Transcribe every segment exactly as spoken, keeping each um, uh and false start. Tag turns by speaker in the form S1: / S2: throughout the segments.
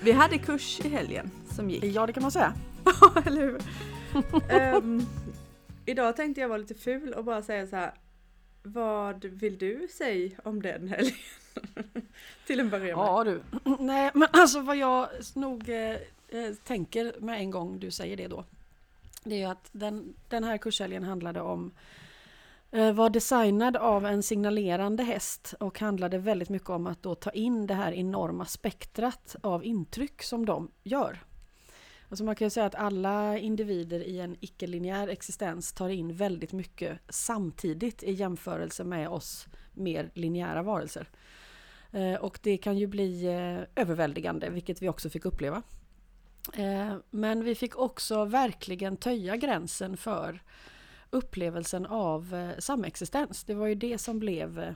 S1: Vi hade kurs i helgen som gick.
S2: Ja, det kan man säga.
S1: Eller hur? um, idag tänkte jag vara lite ful och bara säga så här. Vad vill du säga om den helgen? Till en början med.
S2: Ja du. Nej, men alltså vad jag nog eh, tänker med en gång du säger det då. Det är ju att den, den här kurshelgen handlade om eh, var designad av en signalerande häst och handlade väldigt mycket om att då ta in det här enorma spektrat av intryck som de gör. Alltså man kan ju säga att alla individer i en icke-linjär existens tar in väldigt mycket samtidigt i jämförelse med oss mer linjära varelser. Eh, och det kan ju bli eh, överväldigande, vilket vi också fick uppleva. Eh, men vi fick också verkligen töja gränsen för upplevelsen av eh, samexistens. Det var ju det som blev eh,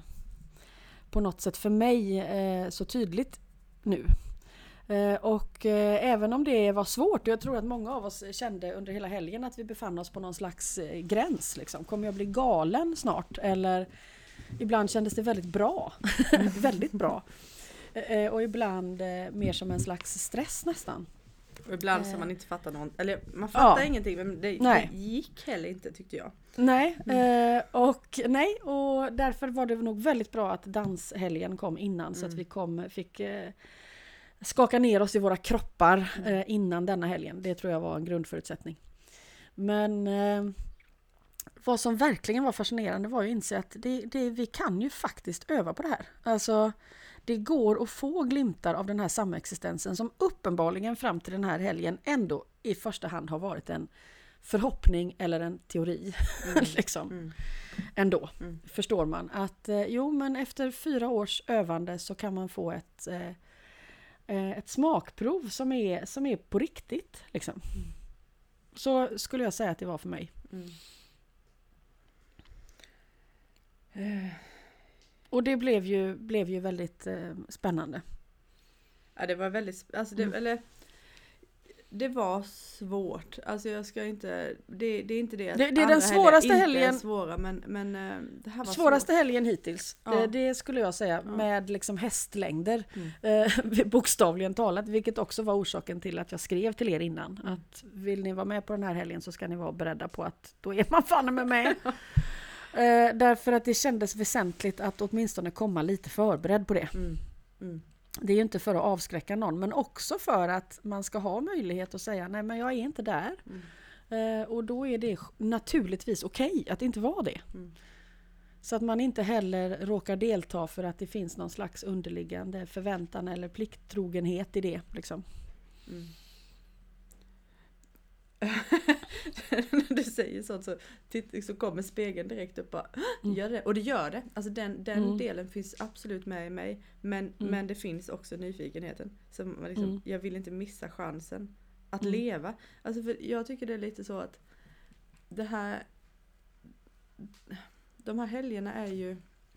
S2: på något sätt för mig eh, så tydligt nu. Eh, och eh, även om det var svårt, och jag tror att många av oss kände under hela helgen att vi befann oss på någon slags eh, gräns. Liksom. Kommer jag bli galen snart? Eller ibland kändes det väldigt bra. väldigt bra. Eh, och ibland eh, mer som en slags stress nästan.
S1: Och ibland eh. så man inte fattar någon, eller man fattar
S2: ja.
S1: ingenting, men det, det gick heller inte tyckte jag.
S2: Nej, mm. eh, och nej, och därför var det nog väldigt bra att danshelgen kom innan mm. så att vi kom, fick eh, skaka ner oss i våra kroppar eh, innan denna helgen. Det tror jag var en grundförutsättning. Men eh, vad som verkligen var fascinerande var ju att inse att det, det, vi kan ju faktiskt öva på det här. Alltså det går att få glimtar av den här samexistensen som uppenbarligen fram till den här helgen ändå i första hand har varit en förhoppning eller en teori. Mm. liksom. Mm. Ändå mm. förstår man att eh, jo men efter fyra års övande så kan man få ett eh, ett smakprov som är, som är på riktigt. Liksom. Mm. Så skulle jag säga att det var för mig. Mm. Uh. Och det blev ju, blev ju väldigt eh, spännande.
S1: Ja, det var väldigt... Alltså det, mm. eller, det var svårt. Alltså jag ska inte... Det, det är inte det att
S2: det, det är den svåraste helgen.
S1: Är svåra, men, men det här var
S2: svåraste
S1: svårt.
S2: helgen hittills. Ja. Det, det skulle jag säga. Ja. Med liksom hästlängder. Mm. Eh, bokstavligen talat. Vilket också var orsaken till att jag skrev till er innan. Mm. Att vill ni vara med på den här helgen så ska ni vara beredda på att då är man fan med mig. eh, därför att det kändes väsentligt att åtminstone komma lite förberedd på det. Mm. Mm. Det är ju inte för att avskräcka någon, men också för att man ska ha möjlighet att säga nej men jag är inte där. Mm. Eh, och då är det naturligtvis okej okay att inte vara det. Mm. Så att man inte heller råkar delta för att det finns någon slags underliggande förväntan eller plikttrogenhet i det. Liksom. Mm.
S1: När du säger sånt så, titt, så kommer spegeln direkt upp och, mm. gör det. Och det gör det. Alltså den, den mm. delen finns absolut med i mig. Men, mm. men det finns också nyfikenheten. Så man liksom, mm. jag vill inte missa chansen att mm. leva. Alltså för jag tycker det är lite så att det här de här helgerna är ju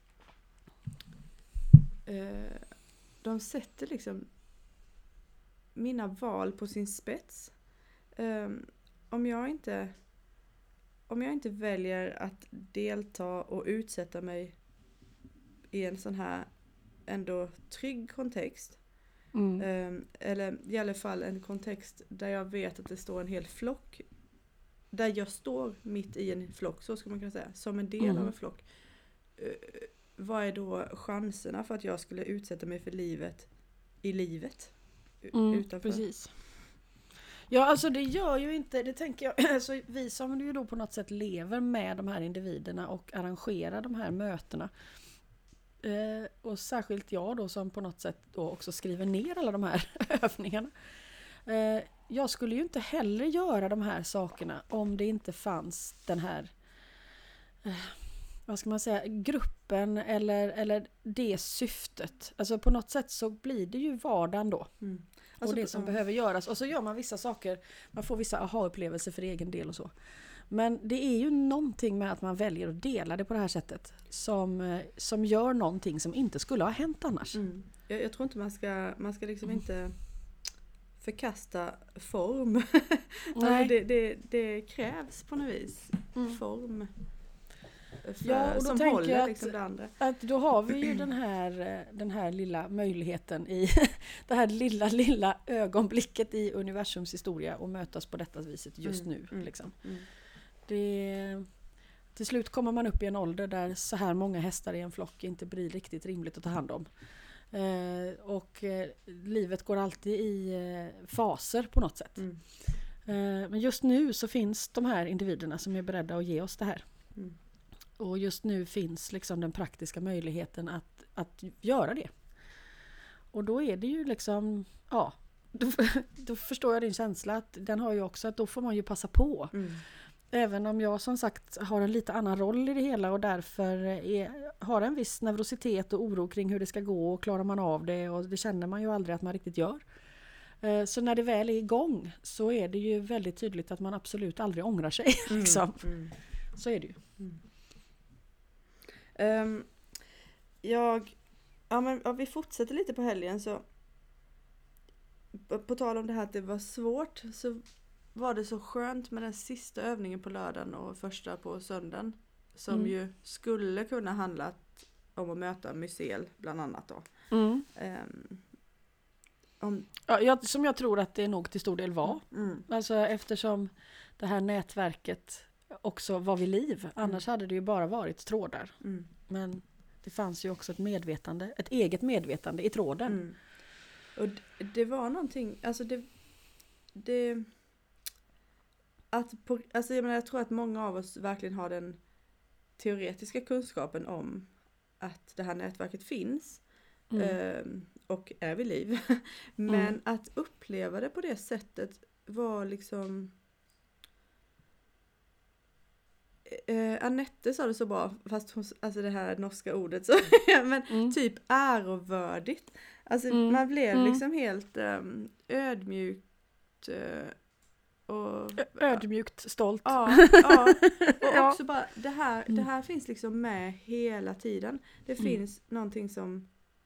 S1: eh, de sätter liksom mina val på sin spets. Um, om jag inte om jag inte väljer att delta och utsätta mig i en sån här ändå trygg kontext mm. um, eller i alla fall en kontext där jag vet att det står en hel flock där jag står mitt i en flock, så ska man kunna säga, som en del mm. av en flock. Uh, vad är då chanserna för att jag skulle utsätta mig för livet i livet
S2: mm,
S1: utanför?
S2: Precis. Ja, alltså det gör ju inte, det tänker jag, alltså vi som ju då på något sätt lever med de här individerna och arrangerar de här mötena. Eh, och särskilt jag då som på något sätt då också skriver ner alla de här övningarna. Eh, jag skulle ju inte heller göra de här sakerna om det inte fanns den här, eh, vad ska man säga, gruppen eller, eller det syftet. Alltså på något sätt så blir det ju vardagen då. Mm. Alltså, och det som ja. behöver göras. Och så gör man vissa saker. Man får vissa aha-upplevelser för egen del och så. Men det är ju någonting med att man väljer att dela det på det här sättet. Som, som gör någonting som inte skulle ha hänt annars. Mm.
S1: Jag, jag tror inte man ska, man ska liksom mm. inte förkasta form.
S2: Nej.
S1: Alltså det, det, det krävs på något vis. Mm. Form. för,
S2: Ja, och då
S1: som
S2: tänker
S1: håller
S2: jag att,
S1: liksom det andra.
S2: att då har vi ju den här, den här lilla möjligheten i det här lilla, lilla ögonblicket i universums historia och mötas på detta viset just
S1: Mm,
S2: nu.
S1: mm,
S2: Liksom.
S1: mm.
S2: Det, till slut kommer man upp i en ålder där så här många hästar i en flock inte blir riktigt rimligt att ta hand om. Eh, och eh, livet går alltid i eh, faser på något sätt.
S1: Mm.
S2: Eh, men just nu så finns de här individerna som är beredda att ge oss det här.
S1: Mm.
S2: Och just nu finns liksom den praktiska möjligheten att, att göra det. Och då är det ju liksom, ja, då, då förstår jag din känsla att den har ju också att då får man ju passa på.
S1: Mm.
S2: Även om jag som sagt har en lite annan roll i det hela och därför är, har en viss nervositet och oro kring hur det ska gå och klarar man av det och det känner man ju aldrig att man riktigt gör. Eh, Så när det väl är igång så är det ju väldigt tydligt att man absolut aldrig ångrar sig.
S1: Mm.
S2: Liksom.
S1: Mm.
S2: Så är det ju.
S1: Mm. Um, jag, ja men ja, vi fortsätter lite på helgen så på, på tal om det här att det var svårt så var det så skönt med den sista övningen på lördagen och första på söndagen som
S2: Mm.
S1: ju skulle kunna handla om att möta mycel bland annat då.
S2: Mm.
S1: Um, om,
S2: Ja, jag, som jag tror att det nog till stor del var.
S1: mm,
S2: Alltså eftersom det här nätverket också var vid liv. Annars hade det ju bara varit trådar.
S1: mm,
S2: Men det fanns ju också ett medvetande, ett eget medvetande i tråden.
S1: mm. Och det, det var någonting, alltså det, det att på, alltså jag menar jag tror att många av oss verkligen har den teoretiska kunskapen om att det här nätverket finns
S2: Mm.
S1: eh, och är vid liv. Men
S2: Mm.
S1: att uppleva det på det sättet var liksom eh, Annette sa det så bra, fast hon, alltså det här norska ordet så, men
S2: Mm.
S1: typ ärovördigt. Alltså
S2: Mm.
S1: man blev
S2: Mm.
S1: liksom helt um, ödmjukt uh, och
S2: Ö- Ödmjukt stolt.
S1: ja, ja, och
S2: Ja.
S1: också bara det här, det här finns liksom med hela tiden. Det
S2: Mm.
S1: finns någonting som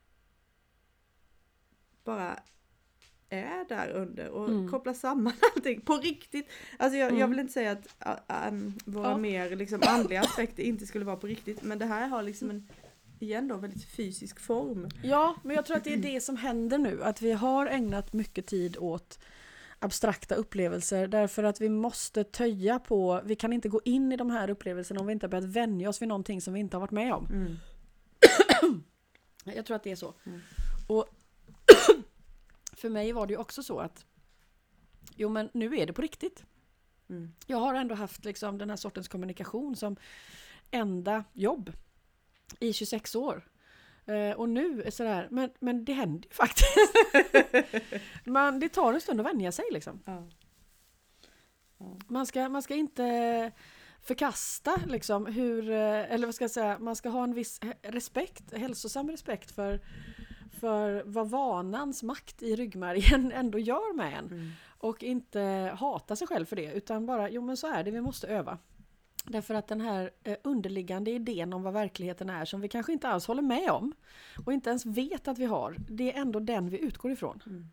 S1: bara är där under och
S2: Mm.
S1: kopplar samman allting på riktigt. Alltså jag, jag
S2: Mm.
S1: vill inte säga att uh, um, våra
S2: Ja.
S1: mer liksom andliga aspekter inte skulle vara på riktigt, men det här har liksom en, igen då, väldigt fysisk form.
S2: Ja, men jag tror att det är det som händer nu. Att vi har ägnat mycket tid åt abstrakta upplevelser därför att vi måste töja på, vi kan inte gå in i de här upplevelserna om vi inte har börjat vänja oss vid någonting som vi inte har varit med om.
S1: Mm.
S2: Jag tror att det är så.
S1: Mm.
S2: Och för mig var det ju också så att jo men nu är det på riktigt.
S1: Mm.
S2: Jag har ändå haft liksom den här sortens kommunikation som enda jobb i tjugosex år. Eh, och nu är sådär, men, men det händer ju faktiskt. Man, det tar en stund att vänja sig liksom.
S1: Ja. Ja.
S2: Man ska, man ska inte förkasta liksom hur, eh, eller vad ska jag säga, man ska ha en viss respekt, hälsosam respekt för, för vad vanans makt i ryggmärgen ändå gör med en.
S1: Mm.
S2: Och inte hata sig själv för det, utan bara, jo men så är det, vi måste öva. Därför att den här eh, underliggande idén om vad verkligheten är som vi kanske inte alls håller med om och inte ens vet att vi har, det är ändå den vi utgår ifrån.
S1: Mm.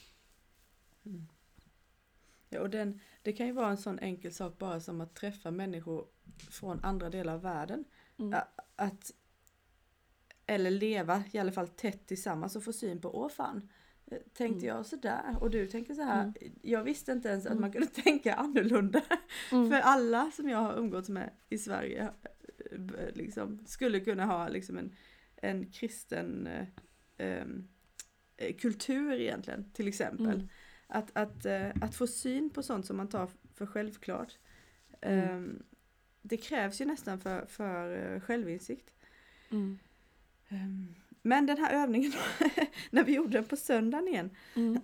S1: Mm. Ja, och den, det kan ju vara en sån enkel sak bara som att träffa människor från andra delar av världen.
S2: Mm.
S1: A- Att, eller leva i alla fall tätt tillsammans och få syn på, åh fan, eh, tänkte
S2: Mm.
S1: jag sådär och du tänker så här.
S2: Mm.
S1: Jag visste inte ens att
S2: Mm.
S1: man kunde tänka annorlunda.
S2: Mm.
S1: För alla som jag har umgåtts med i Sverige eh, b- liksom, skulle kunna ha liksom en, en kristen eh, em, eh, kultur egentligen, till exempel.
S2: Mm.
S1: Att, att, eh, att få syn på sånt som man tar för självklart.
S2: Mm.
S1: em, det krävs ju nästan för, för eh, självinsikt.
S2: Mm.
S1: Em, men den här övningen då, när vi gjorde den på söndagen igen,
S2: Mm.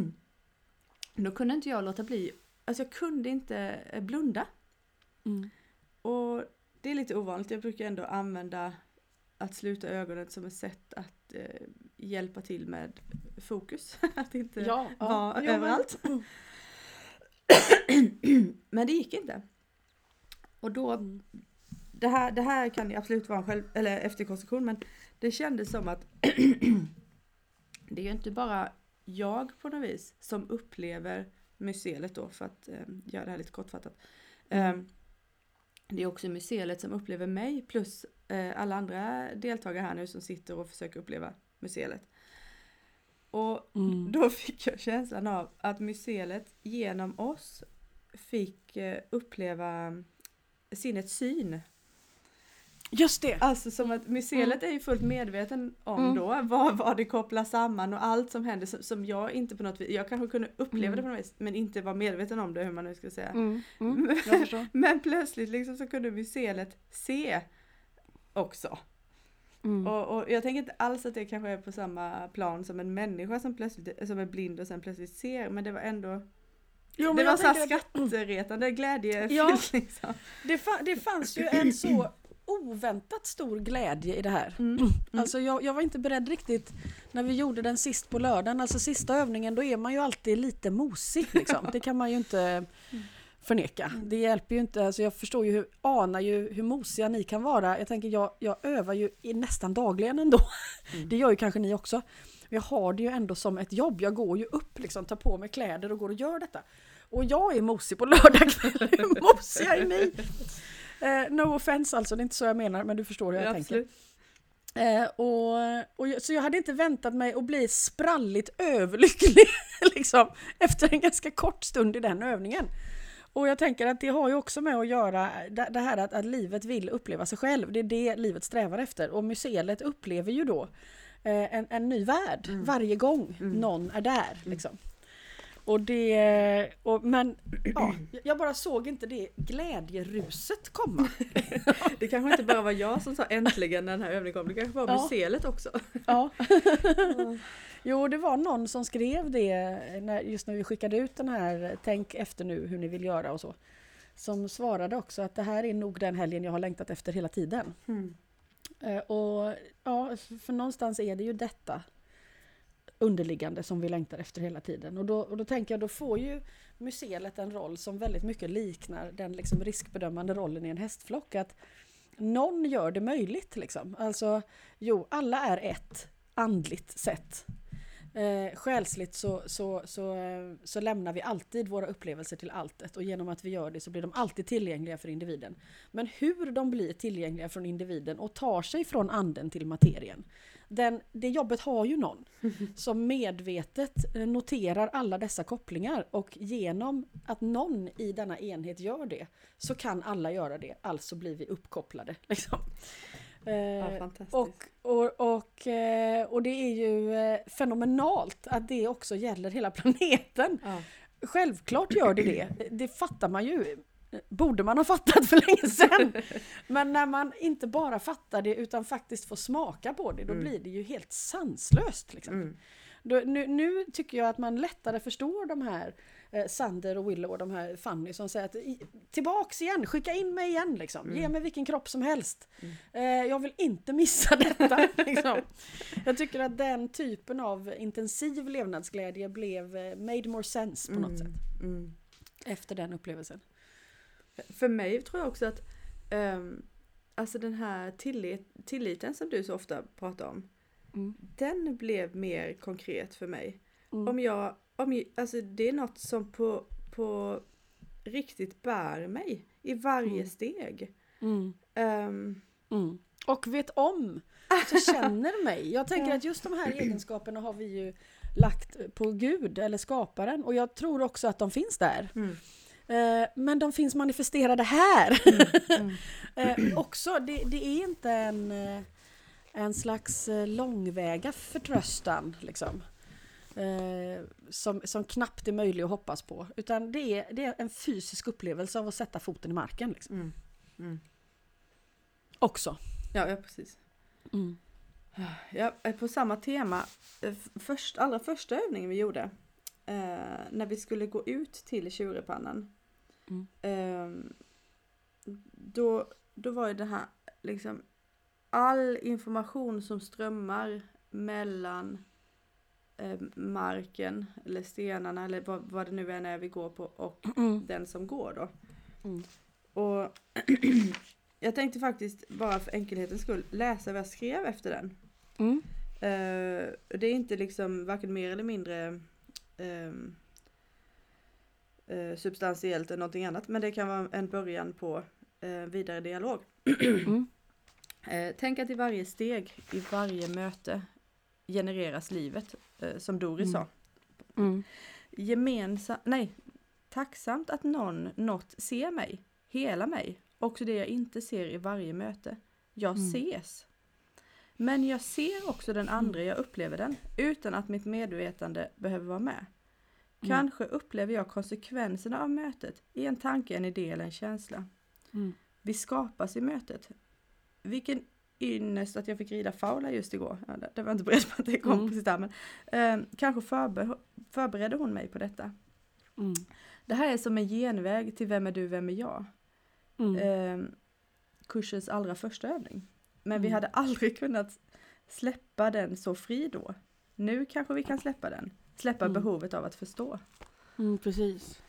S1: då kunde inte jag låta bli, alltså jag kunde inte eh, blunda.
S2: Mm.
S1: Och det är lite ovanligt, jag brukar ändå använda att sluta ögonen som ett sätt att eh, hjälpa till med fokus. Att inte
S2: Ja, ja.
S1: vara
S2: Jo, men-
S1: överallt. Men det gick inte. Och då,
S2: Mm.
S1: det här, det här kan ju absolut vara en själv, eller efterkonstruktion, men det kändes som att det är ju inte bara jag på något vis som upplever mycelet då, för att eh, göra det här lite kortfattat.
S2: Mm.
S1: Eh, det är också museet som upplever mig plus eh, alla andra deltagare här nu som sitter och försöker uppleva museet. Och mm. då fick jag känslan av att museet genom oss fick eh, uppleva sinnets syn.
S2: Just det.
S1: Alltså som att museet mm. är ju fullt medveten om mm. då vad, vad det kopplar samman och allt som händer som, som jag inte på något vis, jag kanske kunde uppleva mm. det på något vis men inte var medveten om det, hur man nu ska säga.
S2: Mm. Mm. Jag förstår.
S1: Men plötsligt liksom så kunde museet se också. Mm. Och, och jag tänker inte alls att det kanske är på samma plan som en människa som plötsligt som är blind och sen plötsligt ser, men det var ändå jo, det var så här skrattretande glädje.
S2: Ja, liksom. det, fa- det fanns ju en så oväntat stor glädje i det här. Mm. Mm. Alltså jag, jag var inte beredd riktigt när vi gjorde den sist på lördagen. Alltså sista övningen, då är man ju alltid lite mosig liksom. Det kan man ju inte förneka. Mm. Det hjälper ju inte. Alltså jag förstår ju hur, anar ju hur mosiga ni kan vara. Jag tänker, jag, jag övar ju i nästan dagligen ändå. Mm. Det gör ju kanske ni också. Jag har det ju ändå som ett jobb. Jag går ju upp liksom, tar på mig kläder och går och gör detta. Och jag är mosig på lördag kväll. Hur mosiga är ni? Uh, no offense alltså, det är inte så jag menar, men du förstår hur jag ja, tänker. Uh, och, och, så jag hade inte väntat mig att bli spralligt överlycklig liksom, efter en ganska kort stund i den övningen. Och jag tänker att det har ju också med att göra det, det här att, att livet vill uppleva sig själv. Det är det livet strävar efter. Och museet upplever ju då uh, en, en ny värld mm. varje gång mm. någon är där. Liksom. Och det, och, men ja, jag bara såg inte det glädjeruset komma.
S1: Det kanske inte bara var jag som sa äntligen när den här övningen kom. Det kanske var ja. museet också.
S2: Ja. Jo, det var någon som skrev det när, just när vi skickade ut den här tänk efter nu hur ni vill göra och så. Som svarade också att det här är nog den helgen jag har längtat efter hela tiden. Mm. Och ja, för någonstans är det ju detta underliggande som vi längtar efter hela tiden. Och då, och då tänker jag, då får ju museet en roll som väldigt mycket liknar den liksom riskbedömande rollen i en hästflock. Att någon gör det möjligt. Liksom. Alltså, jo, alla är ett andligt sätt. Eh, själsligt så, så, så, så lämnar vi alltid våra upplevelser till alltet. Och genom att vi gör det så blir de alltid tillgängliga för individen. Men hur de blir tillgängliga från individen och tar sig från anden till materien. Den, det jobbet har ju någon som medvetet noterar alla dessa kopplingar och genom att någon i denna enhet gör det så kan alla göra det, alltså blir vi uppkopplade liksom.
S1: Ja, fantastiskt.
S2: Och, och, och, och det är ju fenomenalt att det också gäller hela planeten. Ja. Självklart gör det det, det fattar man ju. Borde man ha fattat för länge sedan. Men när man inte bara fattar det utan faktiskt får smaka på det, då mm. blir det ju helt sanslöst. Liksom. Mm. Då, nu, nu tycker jag att man lättare förstår de här eh, Sander och Willow och de här Fanny som säger att i, tillbaks igen, skicka in mig igen. Liksom. Mm. Ge mig vilken kropp som helst. Mm. Eh, jag vill inte missa detta. Liksom. Jag tycker att den typen av intensiv levnadsglädje blev eh, made more sense på något mm. sätt. Mm. Efter den upplevelsen.
S1: För mig tror jag också att um, alltså den här tillit, tilliten som du så ofta pratar om, mm. den blev mer konkret för mig. Mm. Om jag, om jag, alltså det är något som på, på riktigt bär mig i varje mm. steg. Mm. Um,
S2: mm. Och vet om, alltså känner mig. Jag tänker att just de här egenskaperna har vi ju lagt på Gud eller skaparen, och jag tror också att de finns där. Mm. Men de finns manifesterade här. Mm, mm. eh, också, det, det är inte en, en slags långväga förtröstan liksom, eh, som, som knappt är möjlig att hoppas på. Utan det är, det är en fysisk upplevelse av att sätta foten i marken. Liksom. Mm, mm. Också.
S1: Ja, ja precis. Mm. Ja, på samma tema, först, allra första övningen vi gjorde, eh, när vi skulle gå ut till tjurepannan. Mm. Um, då, då var ju det här liksom all information som strömmar mellan eh, marken eller stenarna eller vad, vad det nu än är vi går på och mm. den som går då. Mm. Och jag tänkte faktiskt bara för enkelhetens skull läsa vad jag skrev efter den. Mm. Uh, det är inte liksom varken mer eller mindre um, Uh, substantiellt eller någonting annat, men det kan vara en början på eh, vidare dialog.
S2: Mm.
S1: eh, tänk att i varje steg, i varje möte genereras livet, eh, som Doris
S2: Mm.
S1: sa.
S2: Mm.
S1: Gemensamt, nej, tacksamt att någon, något ser mig, hela mig, också det jag inte ser i varje möte. Jag
S2: Mm.
S1: ses. Men jag ser också den andra, jag upplever den, utan att mitt medvetande behöver vara med.
S2: Mm.
S1: Kanske upplever jag konsekvenserna av mötet i en tanke, en idé eller en känsla.
S2: Mm.
S1: Vi skapas i mötet. Vilken ynnest att jag fick rida faula just igår. Ja, det, det var inte beredd på att det kom
S2: Mm.
S1: på sitt där, men eh, kanske förber, förberedde hon mig på detta.
S2: Mm.
S1: Det här är som en genväg till vem är du, vem är jag?
S2: Mm.
S1: Eh, kursens allra första övning. Men vi
S2: Mm.
S1: hade aldrig kunnat släppa den så fri då. Nu kanske vi kan släppa den. Släppa
S2: Mm.
S1: behovet av att förstå.
S2: Mm, precis.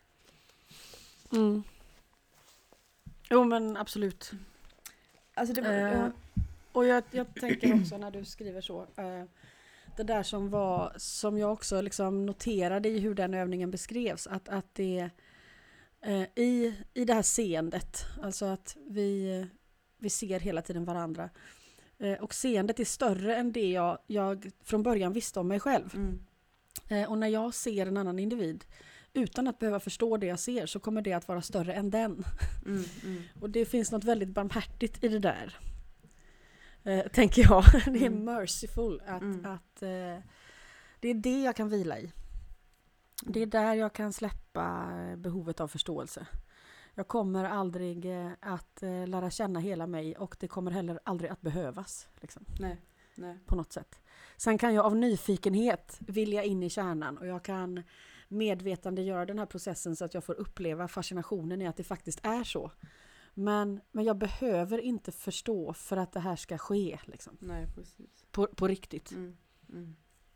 S2: Mm. Jo men absolut.
S1: Alltså det var,
S2: Eh,
S1: ja.
S2: Och jag, jag tänker också när du skriver så. Eh, det där som var, som jag också liksom noterade i hur den övningen beskrevs. Att, att det eh, i, i det här seendet. Alltså att vi, vi ser hela tiden varandra. Eh, och seendet är större än det jag, jag från början visste om mig själv.
S1: Mm.
S2: Eh, och när jag ser en annan individ utan att behöva förstå det jag ser så kommer det att vara större än den.
S1: Mm, mm.
S2: Och det finns något väldigt barmhärtigt i det där. Eh, tänker jag. Det är
S1: Mm.
S2: merciful. Att,
S1: Mm.
S2: att eh, det är det jag kan vila i. Det är där jag kan släppa behovet av förståelse. Jag kommer aldrig eh, att eh, lära känna hela mig och det kommer heller aldrig att behövas. Liksom,
S1: Nej, nej.
S2: på något sätt. Sen kan jag av nyfikenhet vilja in i kärnan och jag kan medvetande göra den här processen så att jag får uppleva fascinationen i att det faktiskt är så. Men, men jag behöver inte förstå för att det här ska ske. Liksom,
S1: Nej, precis.
S2: på, på riktigt.
S1: Mm, mm.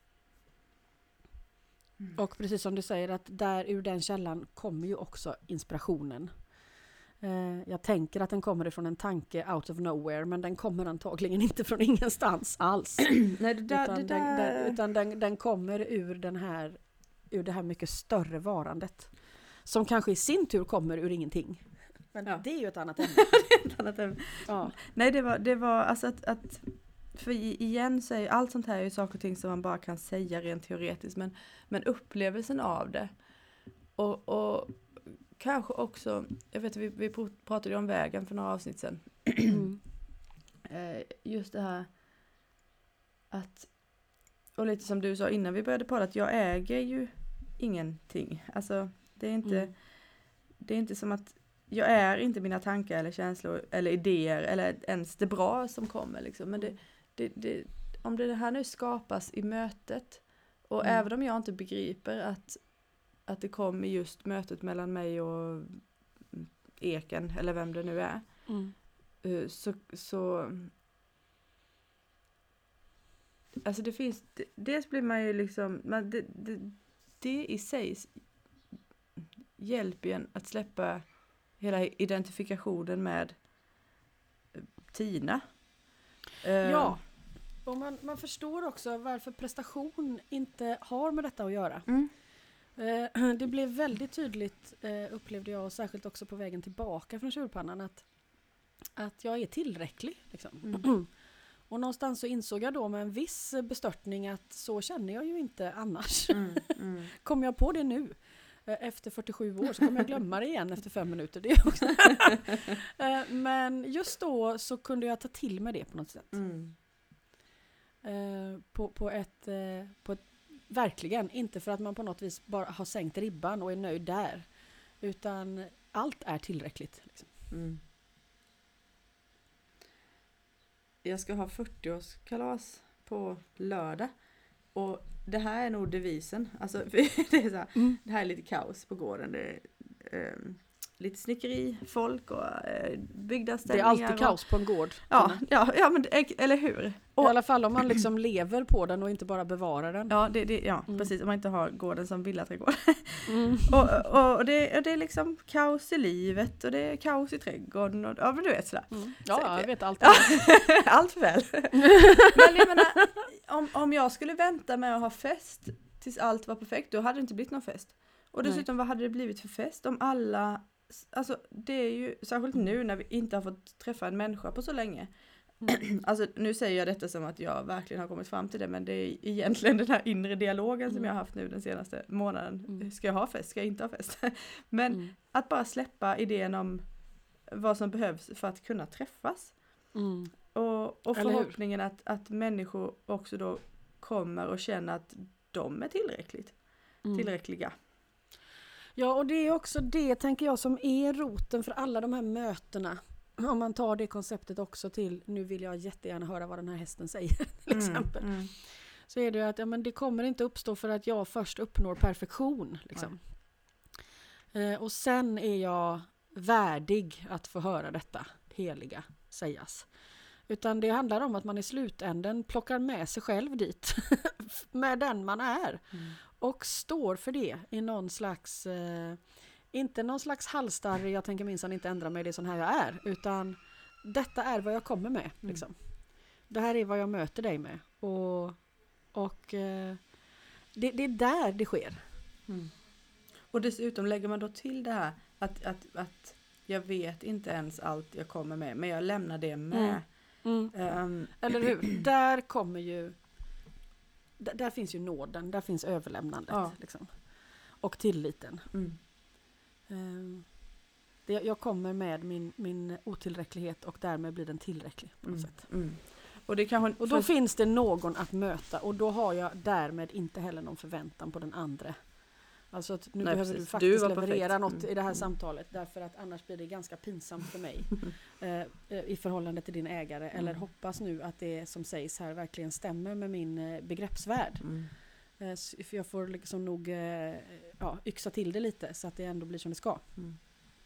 S1: Mm.
S2: Och precis som du säger att där ur den källan kommer ju också inspirationen. Eh, jag tänker att den kommer ifrån en tanke out of nowhere men den kommer antagligen inte från ingenstans alls.
S1: Nej, det där,
S2: utan
S1: det
S2: den,
S1: där...
S2: den, utan den, den kommer ur, den här, ur det här mycket större varandet. Som kanske i sin tur kommer ur ingenting. Men
S1: Ja.
S2: det är ju ett annat ämne.
S1: ett annat ämne.
S2: Ja.
S1: Nej, det var, det var alltså att, att för i- igen så är allt sånt här är ju saker och ting som man bara kan säga rent teoretiskt, men, men upplevelsen av det och, och kanske också, jag vet vi, vi pratade ju om vägen för några avsnitt sedan.
S2: Mm.
S1: Eh, just det här att, och lite som du sa innan vi började prata, att jag äger ju ingenting. Alltså det är inte,
S2: Mm.
S1: det är inte som att jag är inte mina tankar eller känslor eller idéer eller ens det bra som kommer liksom. Men det, det, det, om det här nu skapas i mötet och
S2: Mm.
S1: även om jag inte begriper att, att det kom i just mötet mellan mig och Eken eller vem det nu är,
S2: Mm.
S1: eh, så, så alltså det finns, det, dels blir man ju liksom, man, det, det, det i sig hjälper en att släppa hela identifikationen med Tina. Eh,
S2: Ja, och man, man förstår också varför prestation inte har med detta att göra.
S1: Mm.
S2: Eh, det blev väldigt tydligt, eh, upplevde jag, och särskilt också på vägen tillbaka från tjurpannan, att, att jag är tillräcklig. Liksom.
S1: Mm.
S2: Och någonstans så insåg jag då med en viss bestörtning att så känner jag ju inte annars.
S1: Mm, mm.
S2: Kommer jag på det nu, eh, efter fyrtiosju år, så kommer jag glömma det igen efter fem minuter. Det är också. eh, men just då så kunde jag ta till mig det på något sätt.
S1: Mm.
S2: Eh, på, på, ett, eh, på ett verkligen, inte för att man på något vis bara har sänkt ribban och är nöjd där, utan allt är tillräckligt. Liksom.
S1: Mm. Jag ska ha fyrtioårskalas på lördag och det här är nog devisen. Alltså, för det är så här,
S2: Mm.
S1: det här är lite kaos på gården. Det är eh, lite snickeri, folk och eh, byggda
S2: Det är
S1: ställningar.
S2: alltid kaos på en gård.
S1: Ja, ja, ja men det- eller hur?
S2: I
S1: Och,
S2: alla fall om man liksom lever på den och inte bara bevarar den.
S1: ja, det, det, ja
S2: Mm.
S1: precis. Om man inte har gården som villaträdgård.
S2: Mm.
S1: och, och, och, det, och det är liksom kaos i livet och det är kaos i trädgården. Och, ja, men du vet sådär.
S2: Mm. Ja, jag vet allt.
S1: Ja, allt för väl. Men jag menar, om, om jag skulle vänta med att ha fest tills allt var perfekt, då hade det inte blivit någon fest. Och dessutom, vad hade det blivit för fest om alla alltså det är ju särskilt nu när vi inte har fått träffa en människa på så länge. Mm. Alltså nu säger jag detta som att jag verkligen har kommit fram till det, men det är egentligen den här inre dialogen som
S2: mm.
S1: jag har haft nu den senaste månaden. Mm. Ska jag ha fest? Ska jag inte ha fest? Men
S2: Mm.
S1: att bara släppa idén om vad som behövs för att kunna träffas.
S2: Mm.
S1: Och, och förhoppningen att, att människor också då kommer och känner att de är tillräckligt, mm. tillräckliga.
S2: Ja, och det är också det, tänker jag, som är roten för alla de här mötena. Om man tar det konceptet också till, nu vill jag jättegärna höra vad den här hästen säger till exempel. Mm, mm. Så är det ju att ja, men det kommer inte uppstå för att jag först uppnår perfektion. Liksom. Eh, och sen är jag värdig att få höra detta heliga sägas. Utan det handlar om att man i slutänden plockar med sig själv dit. Med den man är. Mm. Och står för det i någon slags... Eh, inte någon slags halsstarrig, jag tänker minsann inte ändra mig, det är sån här jag är. Utan detta är vad jag kommer med. Mm. Liksom. Det här är vad jag möter dig med. Och, och eh, det, det är där det sker.
S1: Mm. Och dessutom lägger man då till det här att, att, att jag vet inte ens allt jag kommer med, men jag lämnar det med.
S2: Mm. Mm. Um. Eller hur? Där kommer ju där, där finns ju nåden, där finns överlämnandet. Ja. Liksom. Och tilliten. Mm. Um. Det, jag kommer med min, min otillräcklighet och därmed blir den tillräcklig på något mm. sätt. Mm. Och, det kan, och då för... finns det någon att möta och då har jag därmed inte heller någon förväntan på den andra. Alltså att nu Nej, behöver precis. du faktiskt du leverera perfekt. något mm. i det här mm. samtalet därför att annars blir det ganska pinsamt för mig eh, i förhållande till din ägare. Mm. Eller hoppas nu att det som sägs här verkligen stämmer med min eh, begreppsvärld. Mm. Eh, för jag får liksom nog eh, ja, yxa till det lite så att det ändå blir som det ska. Mm.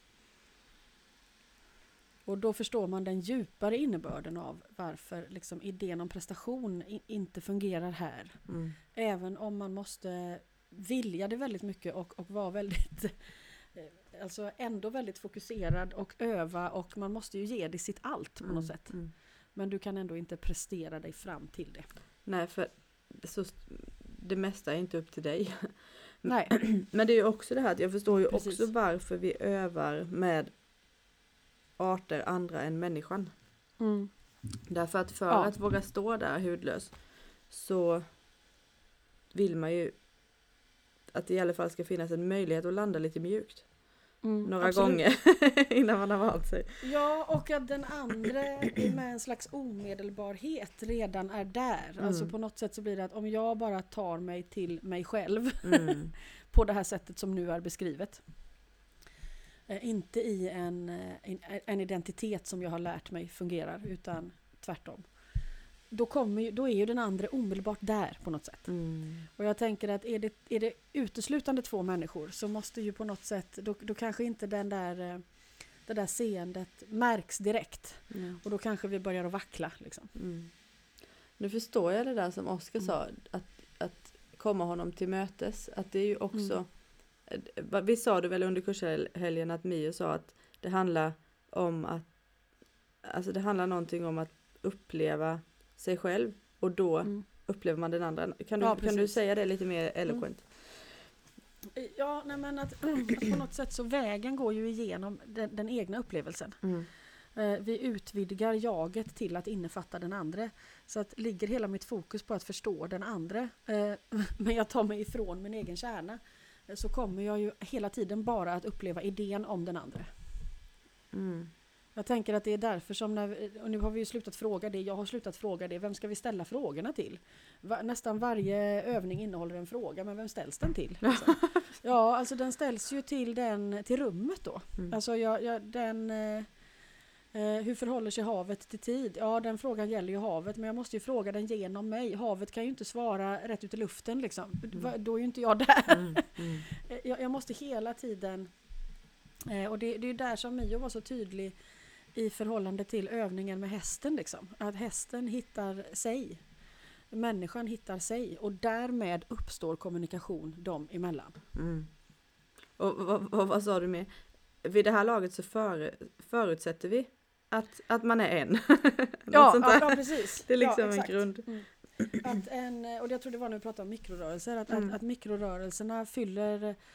S2: Och då förstår man den djupare innebörden av varför liksom idén om prestation i, inte fungerar här. Mm. Även om man måste vilja det väldigt mycket och, och vara väldigt alltså ändå väldigt fokuserad och öva och man måste ju ge det sitt allt på mm. något sätt. Mm. Men du kan ändå inte prestera dig fram till det.
S1: Nej, för så, det mesta är inte upp till dig.
S2: Nej.
S1: Men det är ju också det här att jag förstår ju
S2: Precis.
S1: också varför vi övar med arter andra än människan. Mm. Därför att för ja. att våga stå där hudlös så vill man ju att det i alla fall ska finnas en möjlighet att landa lite mjukt. Mm, några absolut. gånger innan man har valt sig.
S2: Ja, och att den andra med en slags omedelbarhet redan är där. Mm. Alltså på något sätt så blir det att om jag bara tar mig till mig själv mm. på det här sättet som nu är beskrivet. Eh, inte i en, en, en identitet som jag har lärt mig fungerar, utan tvärtom. Då, kommer ju, då är ju den andra omedelbart där på något sätt. Mm. Och jag tänker att är det, är det uteslutande två människor så måste ju på något sätt, då, då kanske inte den där, det där seendet märks direkt. Mm. Och då kanske vi börjar att vackla. Liksom. Mm.
S1: Nu förstår jag det där som Oskar mm. sa, att, att komma honom till mötes. Att det är ju också, mm. vi sa det väl under kurshelgen att Mio sa att det handlar om att, alltså det handlar någonting om att uppleva sig själv och då mm. upplever man den andra. Kan du, ja, kan du säga det lite mer eloquent?
S2: Mm. Ja, nej men att, att på något sätt så vägen går ju igenom den, den egna upplevelsen. Mm. Eh, vi utvidgar jaget till att innefatta den andra. Så att ligger hela mitt fokus på att förstå den andra eh, men jag tar mig ifrån min egen kärna eh, så kommer jag ju hela tiden bara att uppleva idén om den andra. Mm. Jag tänker att det är därför som, när, och nu har vi ju slutat fråga det, jag har slutat fråga det, vem ska vi ställa frågorna till? Va, nästan varje övning innehåller en fråga, men vem ställs den till? Liksom? Ja, alltså den ställs ju till, den, till rummet då. Mm. Alltså jag, jag, den, eh, hur förhåller sig havet till tid? Ja, den frågan gäller ju havet, men jag måste ju fråga den genom mig. Havet kan ju inte svara rätt ut i luften liksom. Mm. Då är ju inte jag där. Mm. Mm. jag, jag måste hela tiden, eh, och det, det är ju där som Mio var så tydlig i förhållande till övningen med hästen liksom. Att hästen hittar sig. Människan hittar sig. Och därmed uppstår kommunikation dem emellan. Mm.
S1: Och vad, vad, vad sa du med? Vid det här laget så för, förutsätter vi att, att man är en.
S2: ja, sånt där. Ja, precis.
S1: Det är liksom
S2: ja,
S1: en grund.
S2: Mm. Att en, och jag tror det var när vi pratade om mikrorörelser. Att, mm. att, att mikrorörelserna fyller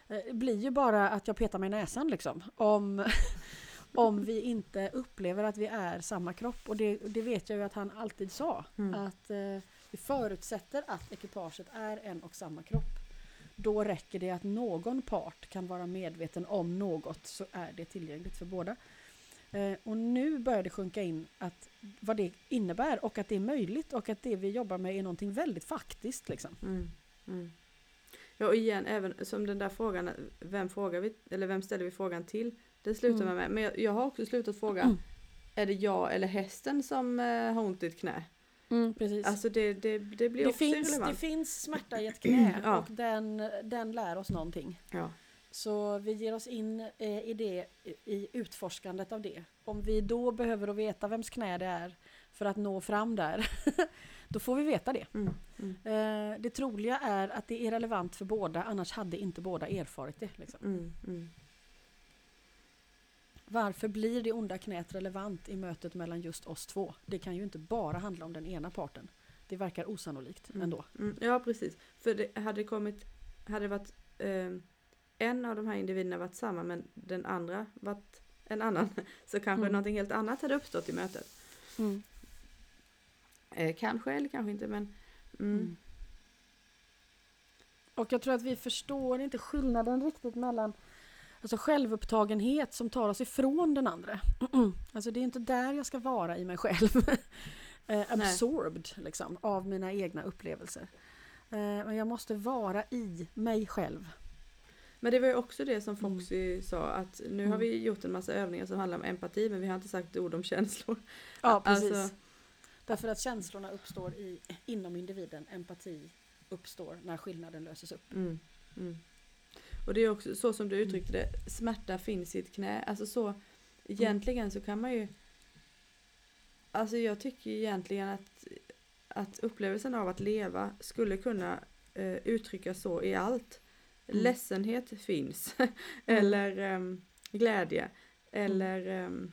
S2: Det blir ju bara att jag petar mig i näsan liksom. Om, om vi inte upplever att vi är samma kropp. Och det, det vet jag ju att han alltid sa. Mm. Att eh, vi förutsätter att ekipaget är en och samma kropp. Då räcker det att någon part kan vara medveten om något, så är det tillgängligt för båda. Eh, och nu börjar det sjunka in att vad det innebär och att det är möjligt och att det vi jobbar med är någonting väldigt faktiskt. Liksom.
S1: Mm. Mm. Ja, och igen, även som den där frågan, vem frågar vi, eller vem ställer vi frågan till? Det slutar mm. med. Men jag, jag har också slutat fråga, mm. är det jag eller hästen som eh, har ont i ett knä?
S2: Mm, precis.
S1: Alltså det, det, det blir
S2: det
S1: också
S2: finns,
S1: irrelevant.
S2: Det finns smärta i ett knä
S1: ja.
S2: och den, den lär oss någonting.
S1: Ja.
S2: Så vi ger oss in eh, i det, i utforskandet av det. Om vi då behöver att veta vems knä det är för att nå fram där, då får vi veta det.
S1: Mm, mm.
S2: Eh, det troliga är att det är relevant för båda, annars hade inte båda erfarit det. Liksom.
S1: Mm, mm.
S2: Varför blir det onda knät relevant i mötet mellan just oss två? Det kan ju inte bara handla om den ena parten. Det verkar osannolikt
S1: mm.
S2: ändå.
S1: Mm. Ja, precis. För det hade kommit, hade varit eh, en av de här individerna varit samma men den andra varit en annan, så kanske mm. någonting helt annat hade uppstått i mötet.
S2: Mm.
S1: Eh, kanske eller kanske inte, men mm. Mm.
S2: Och jag tror att vi förstår inte skillnaden riktigt mellan alltså självupptagenhet som tar oss ifrån den andra. Alltså det är inte där jag ska vara i mig själv. eh, absorbed liksom, av mina egna upplevelser. Eh, men jag måste vara i mig själv.
S1: Men det var ju också det som Foxy mm. sa, att nu mm. har vi gjort en massa övningar som handlar om empati, men vi har inte sagt ord om känslor.
S2: Ja, precis.
S1: Alltså,
S2: därför att känslorna uppstår i, inom individen. Empati uppstår när skillnaden löses upp.
S1: Mm. Mm. Och det är också så som du uttryckte det, smärta finns i ett knä. Alltså så, egentligen mm. så kan man ju, alltså jag tycker egentligen att, att upplevelsen av att leva skulle kunna eh, uttryckas så i allt. Mm. Ledsenhet finns. Mm. eller um, glädje. Eller um,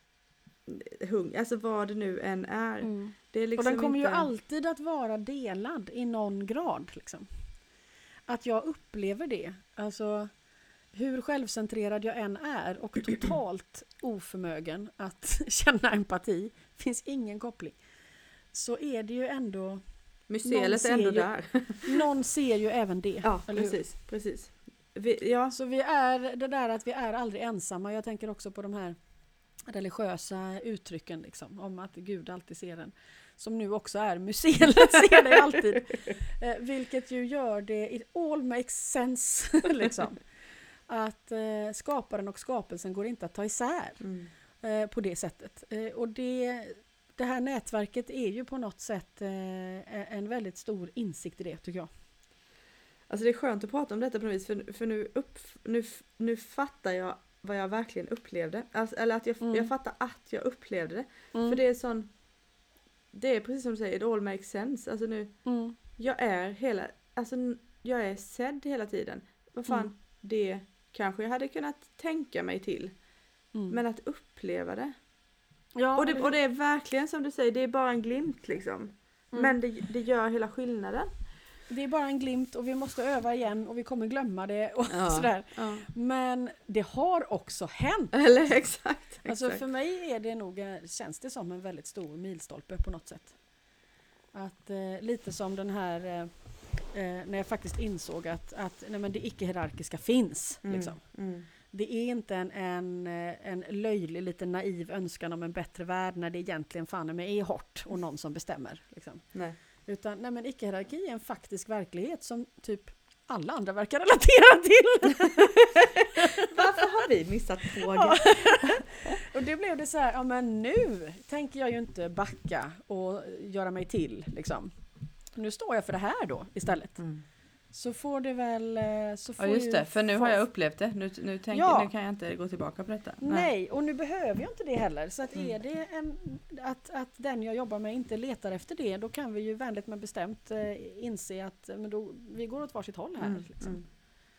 S1: hunger. Alltså vad det nu än är. Mm. Det är liksom
S2: och den kommer
S1: inte...
S2: ju alltid att vara delad i någon grad. Liksom. Att jag upplever det. Alltså hur självcentrerad jag än är och totalt oförmögen att känna empati. Finns ingen koppling. Så är det ju ändå...
S1: Mycelet är ändå
S2: ju,
S1: där.
S2: Någon ser ju även det.
S1: Ja, precis. precis. Vi, ja.
S2: Så vi är, det där att vi är aldrig ensamma. Jag tänker också på de här religiösa uttrycken liksom, om att Gud alltid ser en. Som nu också är mycelet ser dig alltid. Eh, vilket ju gör det, it all makes sense. liksom. Att eh, skaparen och skapelsen går inte att ta isär mm. eh, på det sättet. Eh, och det... Det här nätverket är ju på något sätt eh, en väldigt stor insikt i det, tycker jag.
S1: Alltså det är skönt att prata om detta på något vis, för, för nu, upp, nu, nu fattar jag vad jag verkligen upplevde. Alltså, eller att jag, mm. jag fattar att jag upplevde det. Mm. För det är sån, det är precis som du säger, it all makes sense. Alltså nu, mm. jag är hela, alltså jag är sedd hela tiden. Vad fan, mm. det kanske jag hade kunnat tänka mig till. Mm. Men att uppleva det. Ja, och, det, och det är verkligen som du säger, det är bara en glimt liksom. Mm. Men det, det gör hela skillnaden.
S2: Det är bara en glimt och vi måste öva igen och vi kommer glömma det och ja, sådär. Ja. Men det har också hänt.
S1: Eller exakt, exakt.
S2: Alltså för mig är det nog, känns det som en väldigt stor milstolpe på något sätt. Att eh, lite som den här eh, när jag faktiskt insåg att, att nej, men det icke-hierarkiska finns. Mm. Liksom. Mm. Det är inte en, en, en löjlig, lite naiv önskan om en bättre värld när det egentligen fan med är hårt och någon som bestämmer. Liksom.
S1: Nej.
S2: Utan nej, men icke-hierarki är en faktisk verklighet som typ alla andra verkar relatera till.
S1: Varför har vi missat frågan? Ja.
S2: Och det blev det så här, ja men nu tänker jag ju inte backa och göra mig till. Liksom. Nu står jag för det här då istället. Mm. Så får det väl... Så får
S1: ja just det, för nu har jag upplevt det. Nu, nu, tänker, ja. nu kan jag inte gå tillbaka på detta.
S2: Nej, Nej och nu behöver jag inte det heller. Så att mm. är det en, att, att den jag jobbar med inte letar efter det, då kan vi ju vänligt men bestämt eh, inse att men då, vi går åt varsitt håll här. Mm. Liksom. Mm.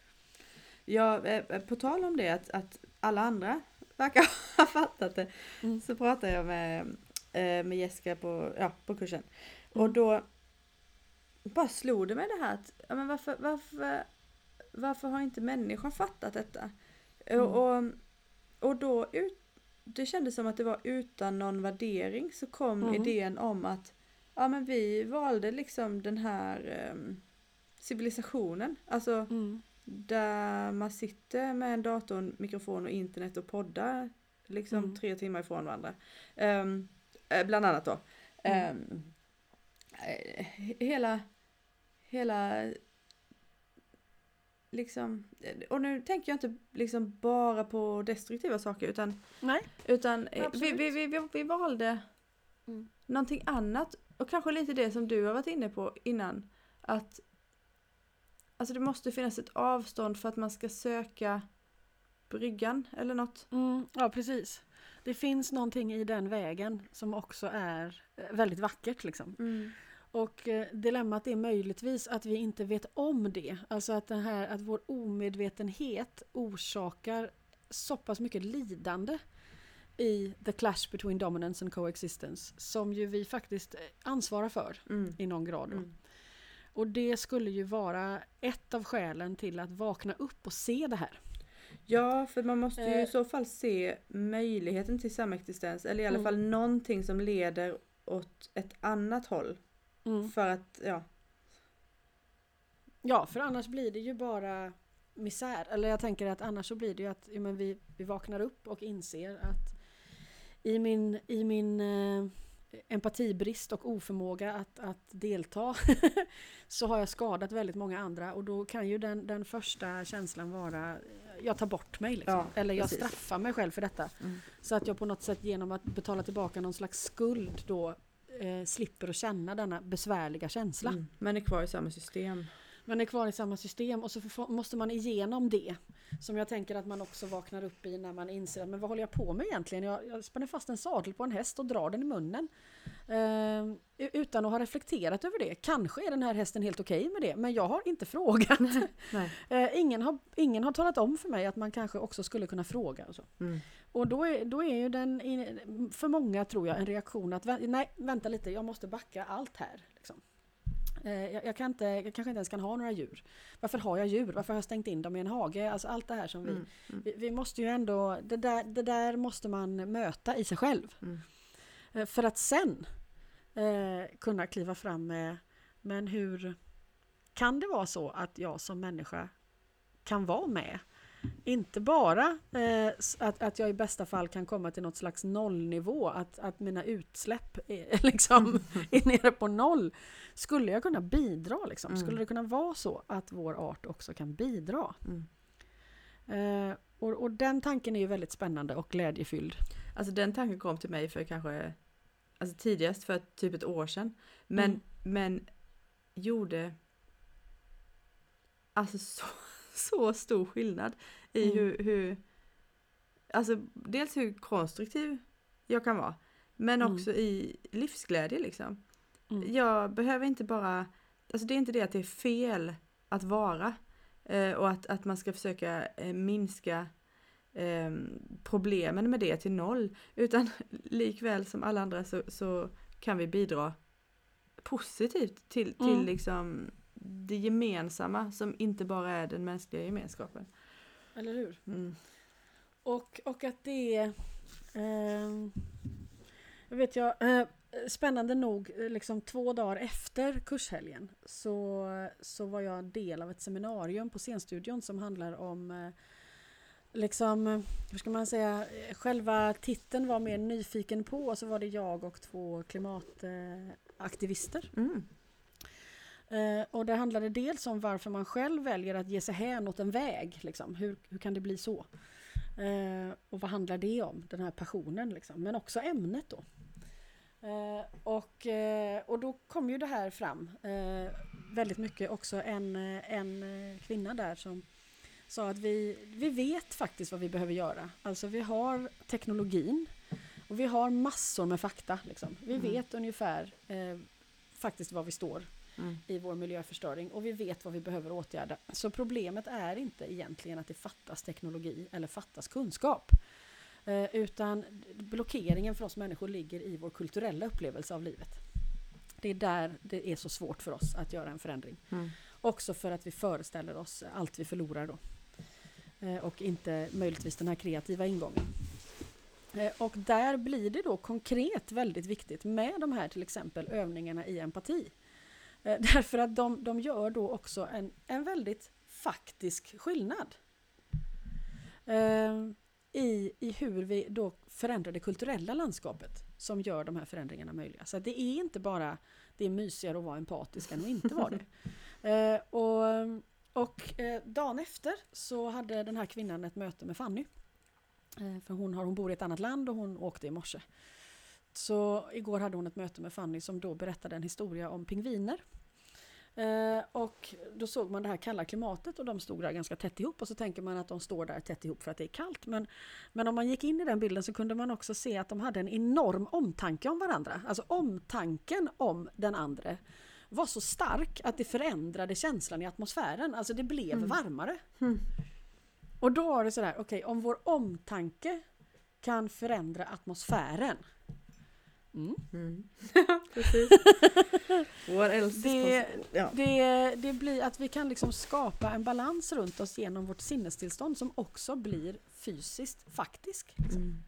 S1: Ja, eh, på tal om det, att, att alla andra verkar ha fattat det, mm. så pratar jag med, eh, med Jessica på, ja, på kursen. Mm. Och då bara slog det mig det här att, ja, men varför, varför, varför har inte människan fattat detta?
S2: Mm.
S1: Och, och, och då, ut, det kändes som att det var utan någon värdering så kom
S2: Mm.
S1: idén om att ja, men vi valde liksom den här um, civilisationen. Alltså
S2: Mm.
S1: där man sitter med en dator, mikrofon och internet och poddar liksom
S2: Mm.
S1: tre timmar ifrån varandra. Um, bland annat då.
S2: Mm.
S1: Um, hela hela liksom, och nu tänker jag inte liksom bara på destruktiva saker utan,
S2: Nej.
S1: utan vi,
S2: Absolut.
S1: vi, vi, vi, vi valde
S2: Mm.
S1: någonting annat och kanske lite det som du har varit inne på innan, att alltså det måste finnas ett avstånd för att man ska söka bryggan eller något.
S2: Mm. Ja, precis. Det finns någonting i den vägen som också är eh, väldigt vackert liksom.
S1: Mm.
S2: Och eh, dilemmat är möjligtvis att vi inte vet om det. Alltså att, den här, att vår omedvetenhet orsakar så pass mycket lidande i the clash between dominance and coexistence som ju vi faktiskt ansvarar för
S1: Mm.
S2: i någon grad. Då.
S1: Mm.
S2: Och det skulle ju vara ett av skälen till att vakna upp och se det här.
S1: Ja, för man måste ju
S2: Eh.
S1: i så fall se möjligheten till samexistens eller i alla
S2: Mm.
S1: fall någonting som leder åt ett annat håll.
S2: Mm.
S1: För att, ja.
S2: Ja, för annars blir det ju bara misär. Eller jag tänker att annars så blir det ju att ja, men vi, vi vaknar upp och inser att i min, i min eh, empatibrist och oförmåga att, att delta så har jag skadat väldigt många andra. Och då kan ju den, den första känslan vara jag tar bort mig. Liksom.
S1: Ja,
S2: eller jag
S1: precis.
S2: straffar mig själv för detta.
S1: Mm.
S2: Så att jag på något sätt genom att betala tillbaka någon slags skuld då eh, slipper att känna denna besvärliga känsla.
S1: Mm. Men är kvar i samma system.
S2: Man är kvar i samma system och så får, måste man igenom det. Som jag tänker att man också vaknar upp i när man inser att men vad håller jag på med egentligen? Jag, jag spänner fast en sadel på en häst och drar den i munnen. Eh, utan att ha reflekterat över det. Kanske är den här hästen helt okej med det. Men jag har inte frågat.
S1: Nej.
S2: eh, ingen, har, ingen har talat om för mig att man kanske också skulle kunna fråga. Och, så.
S1: Mm.
S2: och då, är, då är ju den, för många tror jag, en reaktion att nej, vänta lite, jag måste backa allt här. Liksom. Jag, jag, kan inte, jag kanske inte ens kan ha några djur. Varför har jag djur? Varför har jag stängt in dem i en hage? Alltså allt det här som vi...
S1: Mm. Mm.
S2: Vi, vi måste ju ändå... Det där, det där måste man möta i sig själv.
S1: Mm.
S2: För att sen eh, kunna kliva fram med... Men hur kan det vara så att jag som människa kan vara med? Inte bara eh, att, att jag i bästa fall kan komma till något slags nollnivå. Att, att mina utsläpp är, liksom,
S1: Mm.
S2: är nere på noll. Skulle jag kunna bidra? Liksom?
S1: Mm.
S2: Skulle det kunna vara så att vår art också kan bidra?
S1: Mm.
S2: Eh, och, och den tanken är ju väldigt spännande och glädjefylld.
S1: Alltså den tanken kom till mig för kanske alltså tidigast för typ ett år sedan. Men,
S2: Mm.
S1: men gjorde alltså så, så stor skillnad i
S2: Mm.
S1: hur, hur alltså dels hur konstruktiv jag kan vara. Men
S2: Mm.
S1: också i livsglädje liksom.
S2: Mm.
S1: Jag behöver inte bara, alltså det är inte det att det är fel att vara eh, och att, att man ska försöka eh, minska eh, problemen med det till noll, utan likväl som alla andra så, så kan vi bidra positivt till, till
S2: Mm.
S1: liksom det gemensamma som inte bara är den mänskliga gemenskapen.
S2: Eller hur?
S1: Mm.
S2: Och, och att det är... Eh, jag vet jag... Eh, spännande nog, liksom två dagar efter kurshelgen så, så var jag del av ett seminarium på Scenstudion som handlar om eh, liksom, hur ska man säga, själva titeln var mer nyfiken på och så var det jag och två klimataktivister.
S1: Mm.
S2: Eh, och det handlade dels om varför man själv väljer att ge sig hän åt en väg. Liksom. Hur, hur kan det bli så? Eh, och vad handlar det om? Den här passionen. Liksom. Men också ämnet då. Eh, och, eh, och då kom ju det här fram. Eh, väldigt mycket också en, en kvinna där som sa att vi, vi vet faktiskt vad vi behöver göra. Alltså vi har teknologin och vi har massor med fakta. Liksom. Vi
S1: Mm.
S2: vet ungefär eh, faktiskt var vi står
S1: Mm.
S2: i vår miljöförstöring och vi vet vad vi behöver åtgärda. Så problemet är inte egentligen att det fattas teknologi eller fattas kunskap. Eh, utan blockeringen för oss människor ligger i vår kulturella upplevelse av livet. Det är där det är så svårt för oss att göra en förändring.
S1: Mm.
S2: Också för att vi föreställer oss allt vi förlorar då. Eh, och inte möjligtvis den här kreativa ingången. Eh, och där blir det då konkret väldigt viktigt med de här till exempel övningarna i empati. Eh, därför att de, de gör då också en, en väldigt faktisk skillnad. Eh, i, I hur vi då förändrar det kulturella landskapet som gör de här förändringarna möjliga. Så det är inte bara det är mysigare att vara empatisk än att inte vara det. Eh, och och eh, dagen efter så hade den här kvinnan ett möte med Fanny. Eh, för hon, har, hon bor i ett annat land och hon åkte i morse. Så igår hade hon ett möte med Fanny som då berättade en historia om pingviner. Eh, och då såg man det här kalla klimatet och de stod där ganska tätt ihop och så tänker man att de står där tätt ihop för att det är kallt. Men, men om man gick in i den bilden så kunde man också se att de hade en enorm omtanke om varandra. Alltså omtanken om den andra var så stark att det förändrade känslan i atmosfären. Alltså det blev mm. varmare. Mm. Och då var det sådär, okej, okay, om vår omtanke kan förändra atmosfären. Mm. Mm.
S1: Precis. What else
S2: det, ja. det, det blir att vi kan liksom skapa en balans runt oss genom vårt sinnestillstånd som också blir fysiskt faktisk. Liksom. Mm.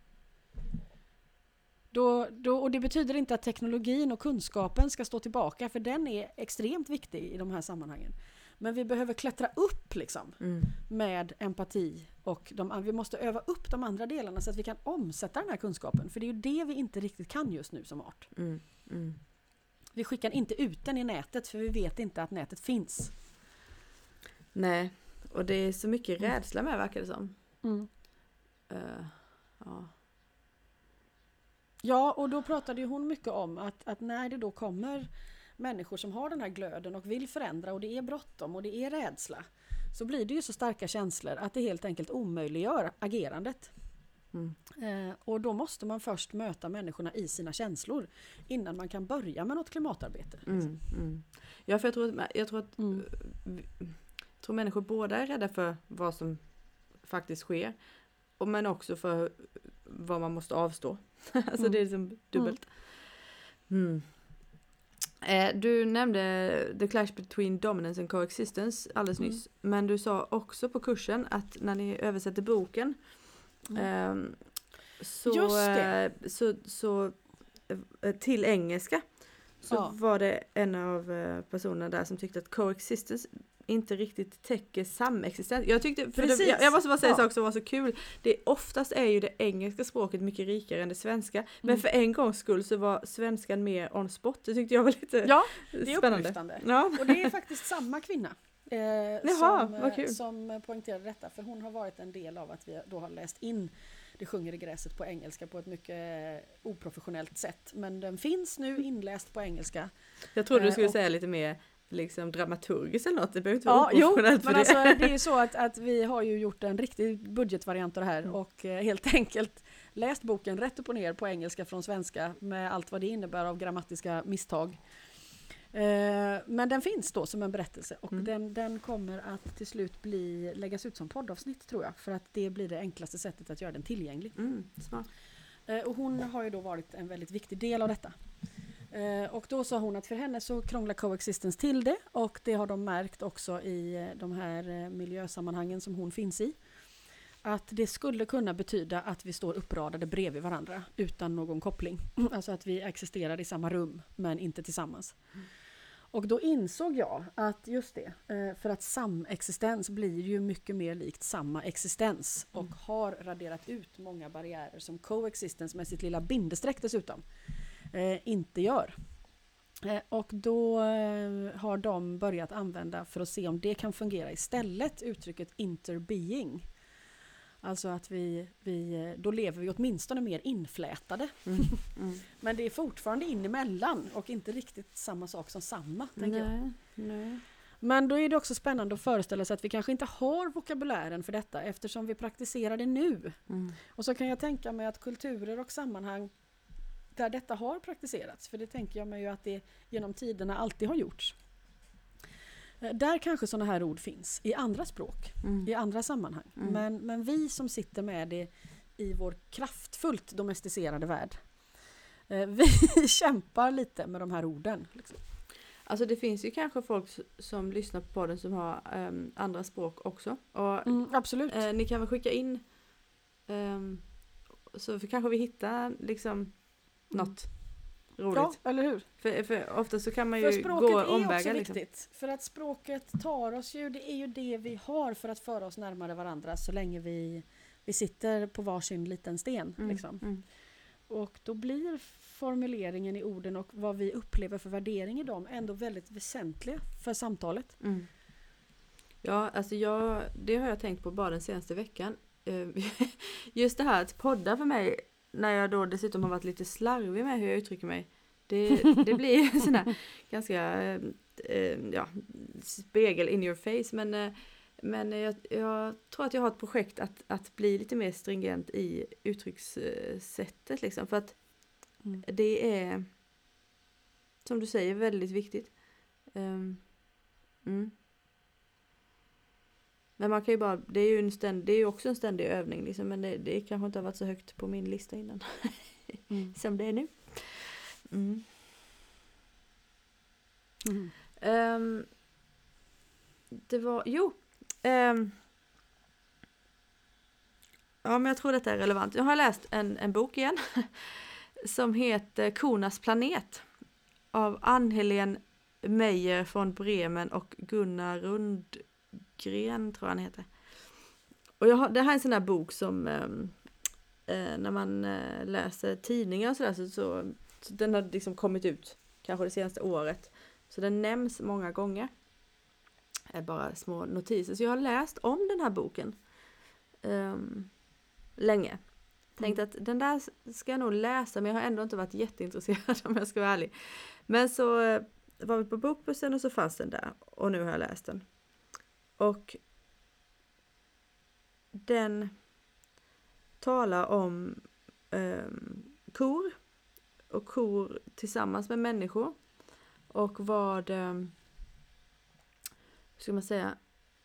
S2: Då, då, och det betyder inte att teknologin och kunskapen ska stå tillbaka, för den är extremt viktig i de här sammanhangen. Men vi behöver klättra upp liksom, mm. med empati och de, vi måste öva upp de andra delarna så att vi kan omsätta den här kunskapen. För det är ju det vi inte riktigt kan just nu som art. Mm. Mm. Vi skickar inte ut den i nätet för vi vet inte att nätet finns.
S1: Nej, och det är så mycket mm. rädsla med, verkar det som. Mm. Uh, ja.
S2: Ja, och då pratade ju hon mycket om att, att när det då kommer människor som har den här glöden och vill förändra och det är bråttom och det är rädsla, så blir det ju så starka känslor att det helt enkelt omöjliggör agerandet. Mm. Eh, och då måste man först möta människorna i sina känslor innan man kan börja med något klimatarbete.
S1: Mm, mm. Ja, för jag tror att, jag tror att mm. jag tror människor båda är rädda för vad som faktiskt sker, och men också för vad man måste avstå. Alltså mm. det är liksom dubbelt. Mm. Eh, du nämnde the clash between dominance and coexistence alldeles mm. nyss. Men du sa också på kursen att när ni översätter boken mm. eh, så, eh, så, så eh, till engelska så ja. var det en av eh, personerna där som tyckte att coexistence inte riktigt täcker samexistens. Jag tyckte, för det, jag, jag måste bara säga ja. en sak som var så kul. Det oftast är ju det engelska språket mycket rikare än det svenska. Mm. Men för en gångs skull så var svenskan mer on spot. Det tyckte jag var lite
S2: ja, det är
S1: spännande.
S2: Upplyftande. Ja. Och det är faktiskt samma kvinna eh,
S1: Jaha,
S2: som,
S1: vad kul.
S2: som poängterade detta. För hon har varit en del av att vi då har läst in Det sjunger i gräset på engelska på ett mycket oprofessionellt sätt. Men den finns nu inläst på engelska.
S1: Jag trodde du skulle eh, och, säga lite mer liksom dramaturgiskt eller något. Det behöver inte
S2: ja,
S1: vara oprofessionellt
S2: för
S1: det.
S2: Alltså, det är ju så att, att vi har ju gjort en riktig budgetvariant av det här mm. och eh, helt enkelt läst boken rätt upp och ner på engelska från svenska med allt vad det innebär av grammatiska misstag. Eh, men den finns då som en berättelse och mm. den, den kommer att till slut bli, läggas ut som poddavsnitt tror jag, för att det blir det enklaste sättet att göra den tillgänglig.
S1: Mm, smart.
S2: Eh, och hon har ju då varit en väldigt viktig del av detta. Eh, och då sa hon att för henne så krånglar coexistence till det, och det har de märkt också i de här miljösammanhangen som hon finns i. Att det skulle kunna betyda att vi står uppradade bredvid varandra utan någon koppling. Mm. Alltså att vi existerar i samma rum men inte tillsammans. Mm. Och då insåg jag att just det, för att samexistens blir ju mycket mer likt samma existens och mm. har raderat ut många barriärer som coexistence med sitt lilla bindestreck dessutom eh, inte gör. Eh, och då eh, har de börjat använda, för att se om det kan fungera istället, uttrycket interbeing. Alltså att vi, vi, då lever vi åtminstone mer inflätade. Mm. Mm. Men det är fortfarande in emellan och inte riktigt samma sak som samma, tänker nej, jag. Nej. Men då är det också spännande att föreställa sig att vi kanske inte har vokabulären för detta eftersom vi praktiserar det nu. Mm. Och så kan jag tänka mig att kulturer och sammanhang där detta har praktiserats, för det tänker jag mig ju att det genom tiderna alltid har gjorts. Där kanske sådana här ord finns i andra språk, mm. i andra sammanhang. Mm. Men, men vi som sitter med det i vår kraftfullt domesticerade värld, eh, vi kämpar lite med de här orden. Liksom.
S1: alltså det finns ju kanske folk som lyssnar på podden som har um, andra språk också. Och,
S2: mm, absolut.
S1: Uh, ni kan väl skicka in um, så för kanske vi hittar liksom något mm. roligt.
S2: Ja, eller hur?
S1: För, för ofta så kan man ju
S2: för språket
S1: gå
S2: är
S1: omvägar.
S2: också
S1: liksom.
S2: viktigt. För att språket tar oss ju, det är ju det vi har för att föra oss närmare varandra så länge vi, vi sitter på varsin liten sten.
S1: Mm.
S2: Liksom.
S1: Mm.
S2: Och då blir formuleringen i orden och vad vi upplever för värdering i dem ändå väldigt väsentliga för samtalet.
S1: Mm. Ja, alltså jag, det har jag tänkt på bara den senaste veckan. Just det här att podda för mig, när jag då dessutom har varit lite slarvig med hur jag uttrycker mig, det, det blir sån här ganska äh, ja, spegel in your face, men, äh, men jag, jag tror att jag har ett projekt att, att bli lite mer stringent i uttryckssättet liksom, för att mm. det är, som du säger, väldigt viktigt. Um, mm. Men man kan ju bara, det är ju en ständ, det är ju också en ständig övning liksom, men det, det kanske inte har varit så högt på min lista innan. Mm. Som det är nu. Mm. Mm. Um, det var, jo. Um, ja, men jag tror detta är relevant. Jag har läst en, en bok igen som heter Kornas planet av Ann-Helén Meyer från Bremen och Gunnar Rundgren tror jag han heter. Och jag har, det här är en sån här bok som um, eh, när man eh, läser tidningar och sådär så, så, så den har liksom kommit ut kanske det senaste året. Så den nämns många gånger. Det är bara små notiser. Så jag har läst om den här boken um, länge. Mm. Tänkt att den där ska jag nog läsa, men jag har ändå inte varit jätteintresserad om jag ska vara ärlig. Men så eh, var vi på bokbussen och så fanns den där. Och nu har jag läst den. Och den talar om um, kor och kor tillsammans med människor. Och vad, um, hur ska man säga,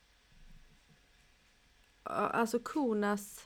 S1: alltså kornas,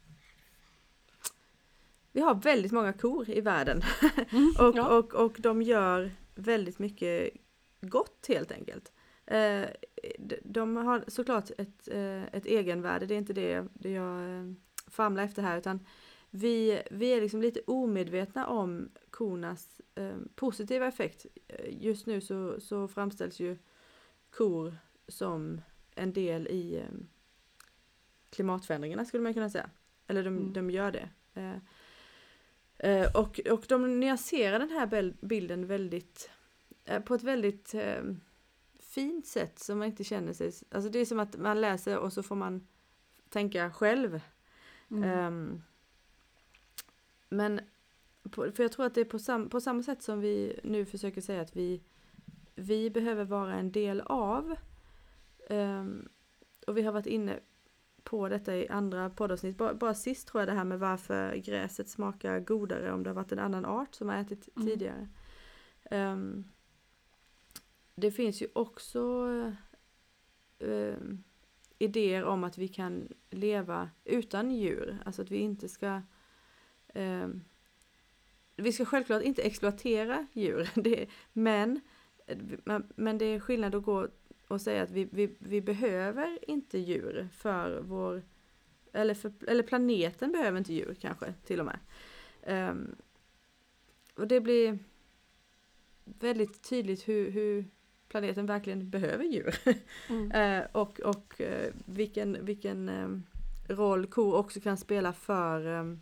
S1: vi har väldigt många kor i världen. Mm, och, ja. och, och de gör väldigt mycket gott helt enkelt. Eh, de har såklart ett, ett egenvärde, det är inte det, det jag famlar efter här, utan vi, vi är liksom lite omedvetna om kornas eh, positiva effekt. Just nu så, så framställs ju kor som en del i eh, klimatförändringarna skulle man kunna säga. Eller de, mm. de gör det. Eh, eh, och, och de nyanserar den här bilden väldigt eh, på ett väldigt eh, fint sätt som man inte känner sig. Alltså det är som att man läser och så får man tänka själv. Mm. Um, men på, för jag tror att det är på, sam, på samma sätt som vi nu försöker säga att vi, vi behöver vara en del av. Um, och vi har varit inne på detta i andra poddavsnitt. Bara, bara sist tror jag det här med varför gräset smakar godare om det har varit en annan art som har ätit mm. tidigare. Um, det finns ju också uh, idéer om att vi kan leva utan djur. Alltså att vi inte ska uh, vi ska självklart inte exploatera djur. Det, men, men det är skillnad att gå och säga att vi, vi, vi behöver inte djur för vår, eller, för, eller planeten behöver inte djur kanske till och med. Um, och det blir väldigt tydligt hur, hur planeten verkligen behöver djur. Mm. uh, och och uh, vilken, vilken um, roll kor också kan spela för, um,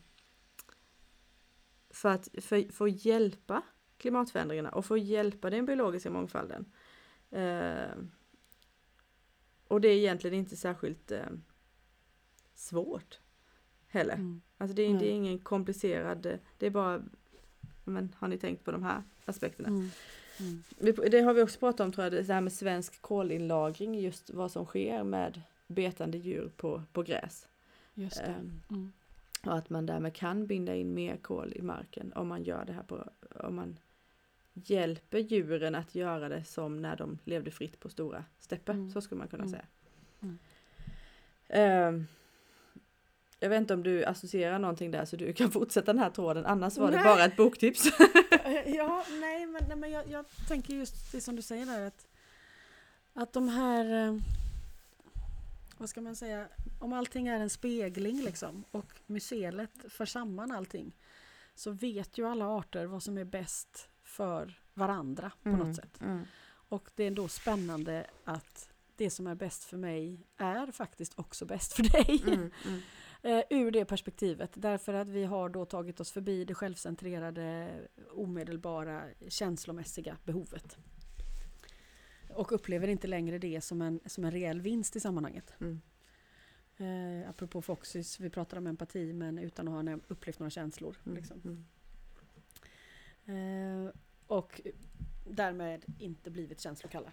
S1: för att för, för att hjälpa klimatförändringarna och för att hjälpa den biologiska mångfalden. Uh, Och det är egentligen inte särskilt eh, svårt heller. Mm. Alltså det är, mm. det är ingen komplicerad, det är bara, men har ni tänkt på de här aspekterna? Mm. Mm. Det har vi också pratat om tror jag, det här med svensk kolinlagring, just vad som sker med betande djur på, på gräs. Just det. Mm. Och att man därmed kan binda in mer kol i marken om man gör det här på, om man hjälper djuren att göra det som när de levde fritt på stora stäpper. Mm. Så skulle man kunna mm. säga. Mm. Um, Jag vet inte om du associerar någonting där så du kan fortsätta den här tråden. Annars var
S2: Nej.
S1: det bara ett boktips.
S2: Ja, nej, men, nej, men jag, jag tänker just det som du säger där. Att, att de här... Eh, vad ska man säga? Om allting är en spegling liksom. Och mycelet för samman allting. Så vet ju alla arter vad som är bäst för varandra på
S1: mm,
S2: något sätt.
S1: Mm.
S2: Och det är då spännande att det som är bäst för mig är faktiskt också bäst för dig.
S1: Mm, mm.
S2: Uh, ur det perspektivet. Därför att vi har då tagit oss förbi det självcentrerade, omedelbara, känslomässiga behovet. Och upplever inte längre det som en, som en reell vinst i sammanhanget.
S1: Mm.
S2: Uh, apropå Foxys, vi pratar om empati men utan att ha upplevt några känslor.
S1: Mm,
S2: liksom.
S1: mm.
S2: Uh, och därmed inte blivit känslokalla.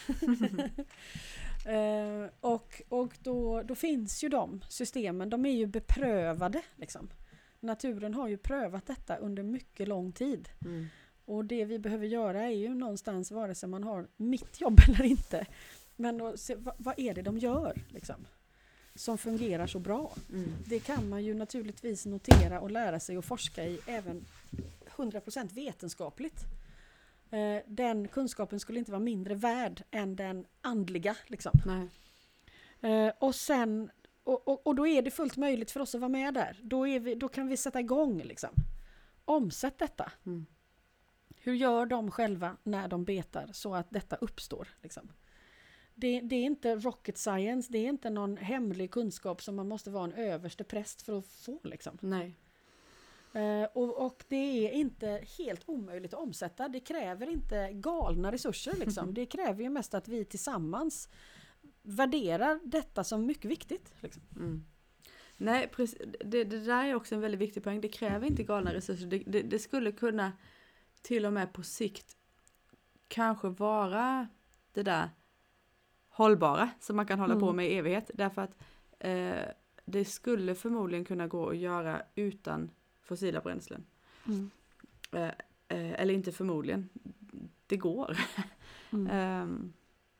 S2: uh, och och då, då finns ju de systemen, de är ju beprövade liksom. Naturen har ju prövat detta under mycket lång tid.
S1: Mm.
S2: Och det vi behöver göra är ju någonstans, vare sig man har mitt jobb eller inte, men då, se, vad, vad är det de gör liksom, som fungerar så bra?
S1: Mm.
S2: Det kan man ju naturligtvis notera och lära sig och forska i även hundra procent vetenskapligt. Uh, den kunskapen skulle inte vara mindre värd än den andliga. Liksom.
S1: Nej.
S2: Uh, och, sen, och, och, och då är det fullt möjligt för oss att vara med där. Då, är vi, då kan vi sätta igång. Liksom. Omsätt detta.
S1: Mm.
S2: Hur gör de själva när de betar så att detta uppstår? Liksom? Det, det är inte rocket science. Det är inte någon hemlig kunskap som man måste vara en överste präst för att få. Liksom.
S1: Nej.
S2: Uh, och, och det är inte helt omöjligt att omsätta. Det kräver inte galna resurser. Liksom. Det kräver ju mest att vi tillsammans värderar detta som mycket viktigt. Liksom.
S1: Mm. Nej, precis. Det, det där är också en väldigt viktig poäng. Det kräver inte galna resurser. Det, det, det skulle kunna till och med på sikt kanske vara det där hållbara som man kan hålla mm. på med i evighet. Därför att eh, det skulle förmodligen kunna gå att göra utan fossila bränslen. Mm. Eh, eh, eller inte förmodligen. Det går. Mm. um,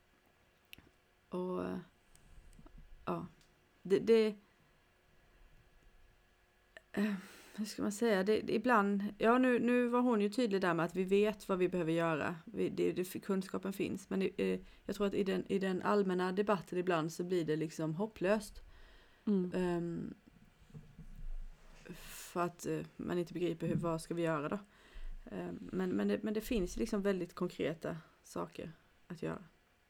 S1: och ja. Det, det uh, hur ska man säga? Det, det, ibland, ja nu, nu var hon ju tydlig där med att vi vet vad vi behöver göra. Vi, det, det, kunskapen finns. Men det, eh, jag tror att i den, i den allmänna debatten ibland så blir det liksom hopplöst. Mm. Um, för att uh, man inte begriper hur, vad ska vi göra då. Uh, men, men, det, men det finns liksom väldigt konkreta saker att göra.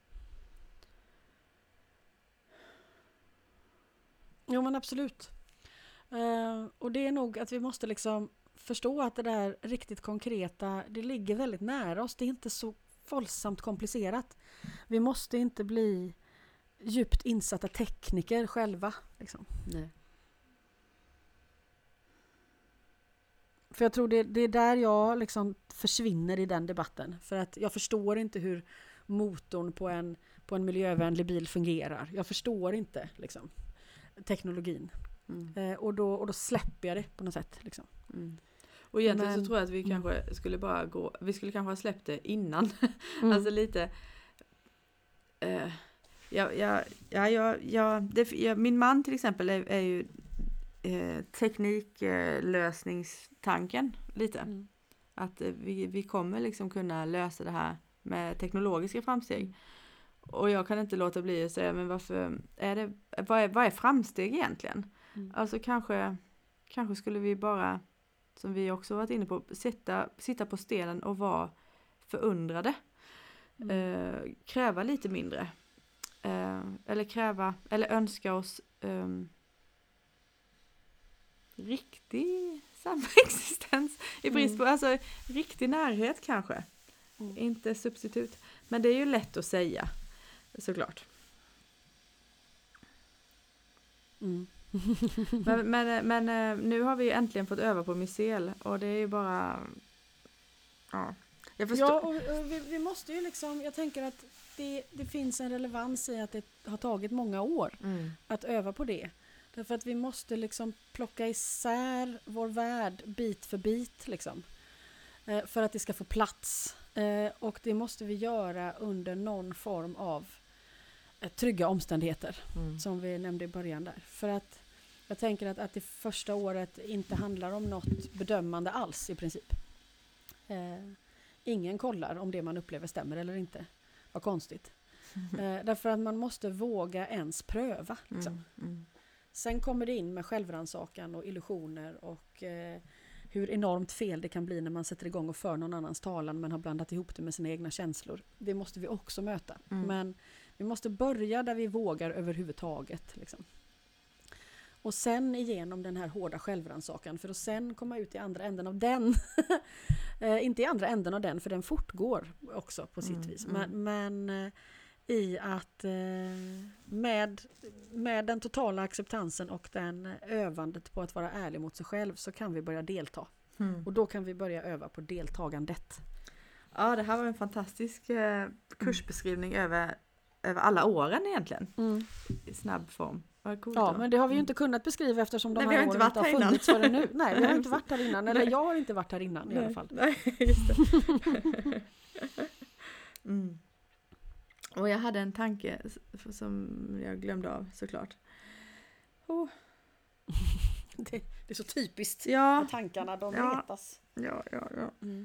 S2: Jo men absolut. Uh, och det är nog att vi måste liksom förstå att det där riktigt konkreta, det ligger väldigt nära oss. Det är inte så våldsamt komplicerat. Vi måste inte bli djupt insatta tekniker själva. Liksom.
S1: Nej.
S2: För jag tror det, det är där jag liksom försvinner i den debatten. För att jag förstår inte hur motorn på en, på en miljövänlig bil fungerar. Jag förstår inte liksom, teknologin. Mm. Eh, och, då, och då släpper jag det på något sätt. Liksom.
S1: Mm. Och egentligen Men, så tror jag att vi mm. kanske skulle bara gå, vi skulle kanske ha släppt det innan. Mm. Alltså lite... Eh, ja, ja, ja, ja, ja, det, ja, min man till exempel är, är ju eh, tekniklösningstanken lite. Mm. Att eh, vi, vi kommer liksom kunna lösa det här med teknologiska framsteg. Och jag kan inte låta bli att säga, men varför är det, vad är, vad är framsteg egentligen? Mm. Alltså kanske, kanske skulle vi bara, som vi också varit inne på, sitta, sitta på stenen och vara förundrade. Mm. Eh, kräva lite mindre. Eh, eller kräva, eller önska oss eh, riktig samexistens i brist på, mm. alltså riktig närhet kanske. Mm. Inte substitut. Men det är ju lätt att säga, såklart.
S2: Mm.
S1: men, men, men nu har vi äntligen fått öva på mycel och det är ju bara ja, jag förstår.
S2: Ja, och, och vi, vi måste ju liksom, jag tänker att det, det finns en relevans i att det har tagit många år mm. att öva på det. Därför att vi måste liksom plocka isär vår värld bit för bit liksom. Eh, för att det ska få plats. Eh, och det måste vi göra under någon form av eh, trygga omständigheter. Mm. Som vi nämnde i början där. För att Jag tänker att, att det första året inte handlar om något bedömande alls i princip. Eh, ingen kollar om det man upplever stämmer eller inte. Vad konstigt. Mm. Eh, därför att man måste våga ens pröva. Liksom.
S1: Mm. Mm.
S2: Sen kommer det in med självrannsakan och illusioner och eh, hur enormt fel det kan bli när man sätter igång och för någon annans talan men har blandat ihop det med sina egna känslor. Det måste vi också möta. Mm. Men vi måste börja där vi vågar överhuvudtaget. Liksom. Och sen igenom den här hårda självrannsakan för att sen komma ut i andra änden av den. eh, inte i andra änden av den för den fortgår också på sitt mm. vis. Men, men eh, i att eh, med, med den totala acceptansen och den övandet på att vara ärlig mot sig själv så kan vi börja delta. Mm. Och då kan vi börja öva på deltagandet.
S1: Ja, det här var en fantastisk eh, kursbeskrivning mm. över, över alla åren egentligen. Mm. I snabb form.
S2: Ja,
S1: då.
S2: Men det har vi ju inte kunnat beskriva eftersom de
S1: Nej,
S2: här
S1: har
S2: åren inte har funnits förrän nu. Nej, vi har inte varit här innan. Eller jag har inte varit här innan
S1: Nej.
S2: i alla fall.
S1: Nej, just det. mm. Och jag hade en tanke som jag glömde av såklart. Oh.
S2: det, det är så typiskt
S1: ja.
S2: med tankarna, de
S1: ja.
S2: retas.
S1: Ja, ja, ja. Mm.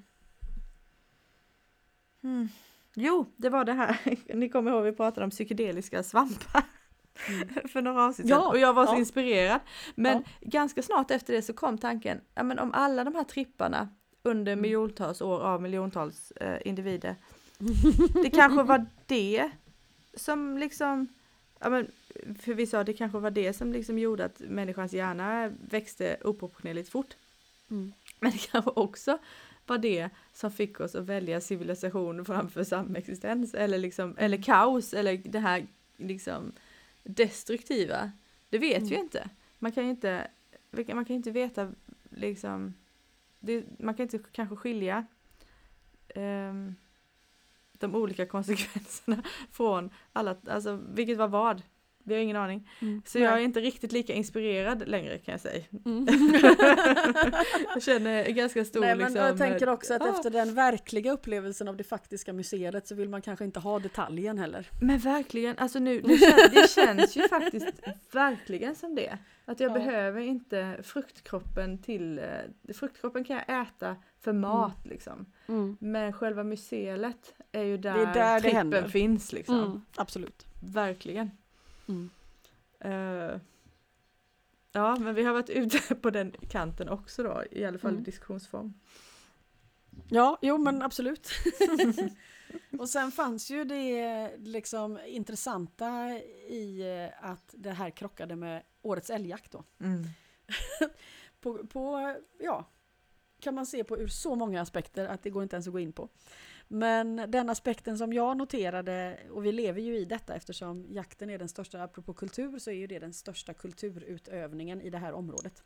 S1: Mm. Jo, det var det här. Ni kommer ihåg vi pratade om psykedeliska svampar. Mm. för några avsnitt
S2: ja,
S1: och jag var så
S2: ja.
S1: inspirerad. Men
S2: ja.
S1: ganska snart efter det så kom tanken, ja, men om alla de här tripparna under mm. miljontals år av miljontals eh, individer, det kanske var det som liksom, ja, men, för vi sa det kanske var det som liksom gjorde att människans hjärna växte oproportionerligt fort. Mm. Men det kanske också var det som fick oss att välja civilisation framför samexistens eller liksom, eller kaos eller det här liksom destruktiva. Det vet mm. vi inte. Man kan ju inte man kan inte veta liksom det, man kan inte kanske skilja um, de olika konsekvenserna från alla, alltså vilket var vad. Vi har ingen aning. Mm. Så jag är inte riktigt lika inspirerad längre kan jag säga. Mm. jag känner ganska stor
S2: Nej, men
S1: liksom,
S2: jag tänker också att
S1: ah.
S2: efter den verkliga upplevelsen av det faktiska museet så vill man kanske inte ha detaljen heller.
S1: Men verkligen, alltså nu, det, känns, det känns ju faktiskt verkligen som det. Att jag ja. behöver inte fruktkroppen till, fruktkroppen kan jag äta för mat mm. liksom. Mm. Men själva museet är ju där,
S2: det är där
S1: trippen
S2: det
S1: finns liksom.
S2: Mm, absolut.
S1: Verkligen. Mm. Uh, ja, men vi har varit ute på den kanten också då, i alla fall mm. i diskussionsform.
S2: Ja, jo men absolut. Och sen fanns ju det liksom intressanta i att det här krockade med årets älgjakt då. Mm. på, på, ja, kan man se på ur så många aspekter att det går inte ens att gå in på. Men den aspekten som jag noterade, och vi lever ju i detta eftersom jakten är den största, apropå kultur så är ju det den största kulturutövningen i det här området.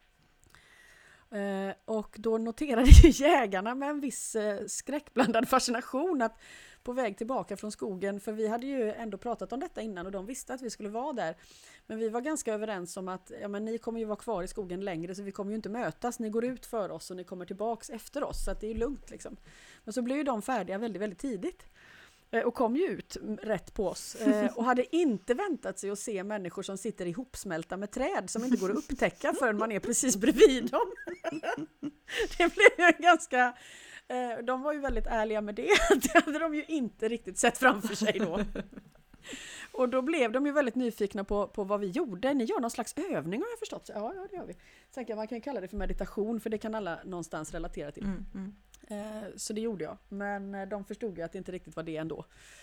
S2: Uh, och då noterade ju jägarna med en viss uh, skräckblandad fascination att på väg tillbaka från skogen, för vi hade ju ändå pratat om detta innan och de visste att vi skulle vara där, men vi var ganska överens om att ja, men ni kommer ju vara kvar i skogen längre så vi kommer ju inte mötas, ni går ut för oss och ni kommer tillbaks efter oss så att det är lugnt liksom. Men så blev ju de färdiga väldigt väldigt tidigt och kom ju ut rätt på oss och hade inte väntat sig att se människor som sitter ihopsmälta med träd som inte går att upptäcka förrän man är precis bredvid dem. Det blev ju ganska, de var ju väldigt ärliga med det. Det hade de ju inte riktigt sett framför sig då. Och då blev de ju väldigt nyfikna på, på vad vi gjorde. Ni gör någon slags övning har jag förstått. Ja, ja det gör vi. Sen kan man kan kalla det för meditation för det kan alla någonstans relatera till. Mm, mm. Så det gjorde jag. Men de förstod ju att det inte riktigt var det ändå.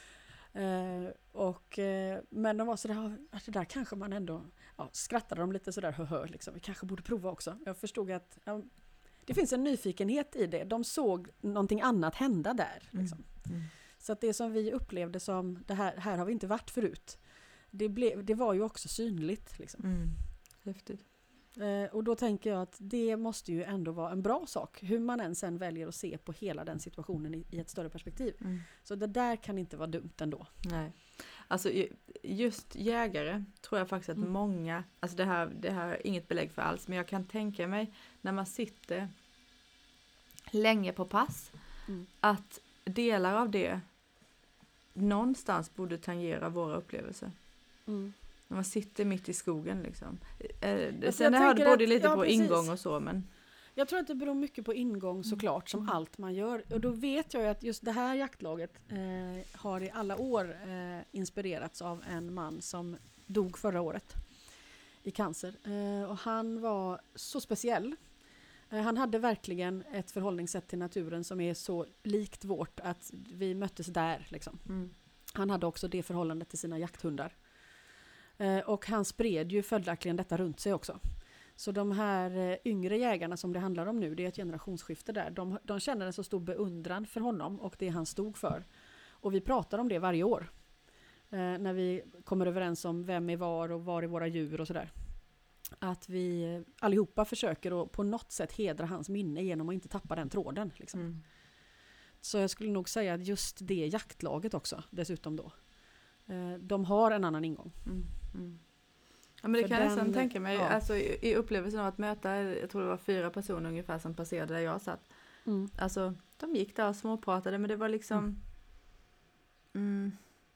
S2: Och, men de var sådär, att det där kanske man ändå, ja, skrattade de lite sådär, hö, liksom. Vi kanske borde prova också. Jag förstod att ja, det finns en nyfikenhet i det. De såg någonting annat hända där. Liksom. Mm, mm. Så att det som vi upplevde som, det här, här har vi inte varit förut. Det, blev, det var ju också synligt. Liksom.
S1: Mm. Häftigt.
S2: Eh, och då tänker jag att det måste ju ändå vara en bra sak. Hur man än sen väljer att se på hela den situationen i, i ett större perspektiv. Mm. Så det där kan inte vara dumt ändå.
S1: Nej. Alltså just jägare tror jag faktiskt att mm. många, alltså det här, det här är inget belägg för alls, men jag kan tänka mig när man sitter länge på pass mm. att delar av det någonstans borde tangera våra upplevelser. Mm. När man sitter mitt i skogen liksom. Eh,
S2: jag
S1: Sen jag hörde både
S2: att,
S1: lite
S2: ja,
S1: på
S2: precis.
S1: ingång och så, men...
S2: Jag tror att det beror mycket på ingång såklart, som
S1: Mm.
S2: allt man gör. Och då vet jag ju att just det här jaktlaget eh, har i alla år eh, inspirerats av en man som dog förra året i cancer. Eh, och han var så speciell. Eh, han hade verkligen ett förhållningssätt till naturen som är så likt vårt att vi möttes där. Liksom.
S1: Mm.
S2: Han hade också det förhållandet till sina jakthundar. Eh, och han spred ju följaktligen detta runt sig också. Så de här eh, yngre jägarna som det handlar om nu, det är ett generationsskifte där. De, de känner en så stor beundran för honom och det han stod för. Och vi pratar om det varje år. Eh, när vi kommer överens om vem är var och var är våra djur och sådär. Att vi eh, allihopa försöker att på något sätt hedra hans minne genom att inte tappa den tråden. Liksom.
S1: Mm.
S2: Så jag skulle nog säga att just det jaktlaget också, dessutom då. Eh, de har en annan ingång.
S1: Mm. Mm. Ja, men det
S2: För
S1: kan jag nästan
S2: den-
S1: tänka mig,
S2: ja.
S1: alltså i, i upplevelsen av att möta, jag tror det var fyra personer ungefär som passerade där jag satt.
S2: Mm.
S1: Alltså, de gick där och småpratade, men det var liksom...
S2: Mm.
S1: Mm,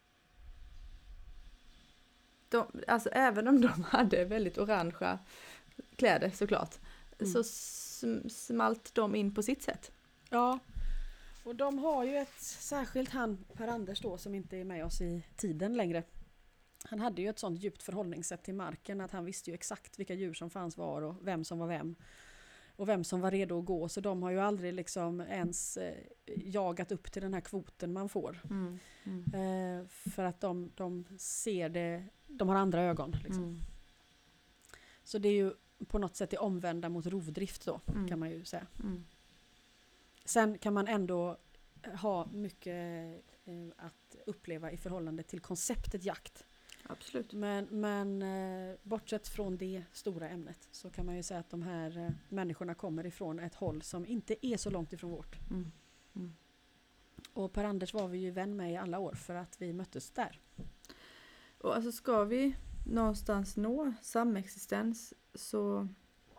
S1: de, alltså även om de hade väldigt orangea kläder såklart,
S2: Mm.
S1: så sm- smalt de in på sitt sätt.
S2: Ja, och de har ju ett särskilt han Per-Anders då som inte är med oss i tiden längre. Han hade ju ett sånt djupt förhållningssätt till marken att han visste ju exakt vilka djur som fanns var och vem som var vem. Och vem som var redo att gå. Så de har ju aldrig liksom ens eh, jagat upp till den här kvoten man får.
S1: Mm. Mm.
S2: Eh, för att de, de ser det, de har andra ögon. Liksom.
S1: Mm.
S2: Så det är ju på något sätt det omvända mot rovdrift då,
S1: Mm.
S2: kan man ju säga.
S1: Mm.
S2: Sen kan man ändå ha mycket eh, att uppleva i förhållande till konceptet jakt.
S1: Absolut.
S2: Men, men eh, bortsett från det stora ämnet så kan man ju säga att de här eh, människorna kommer ifrån ett håll som inte är så långt ifrån vårt.
S1: Mm. Mm.
S2: Och Per-Anders var vi ju vän med i alla år för att vi möttes där.
S1: Och alltså ska vi någonstans nå samexistens så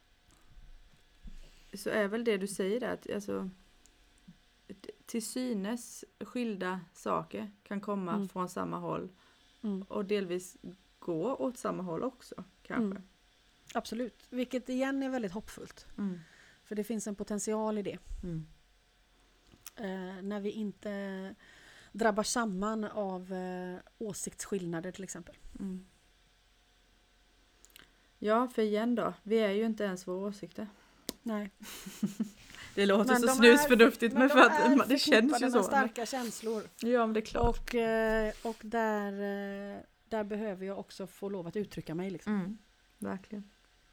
S1: så är väl det du säger där, att alltså t- till synes skilda saker kan komma
S2: Mm.
S1: från samma håll
S2: Mm.
S1: och delvis gå åt samma håll också kanske.
S2: Mm. Absolut, vilket igen är väldigt hoppfullt.
S1: Mm.
S2: För det finns en potential i det.
S1: Mm.
S2: Eh, när vi inte drabbar samman av eh, åsiktsskillnader till exempel.
S1: Mm. Ja, för igen då, vi är ju inte ens våra åsikter.
S2: Nej.
S1: Det låter
S2: Men
S1: så
S2: de
S1: snusförnuftigt,
S2: är,
S1: men,
S2: men
S1: för
S2: de
S1: att
S2: är
S1: man- det känns ju
S2: förknippade
S1: så.
S2: med starka känslor.
S1: Ja, men det är klart.
S2: Och, eh, och där, eh, där behöver jag också få lov att uttrycka mig. Liksom.
S1: Mm. Verkligen.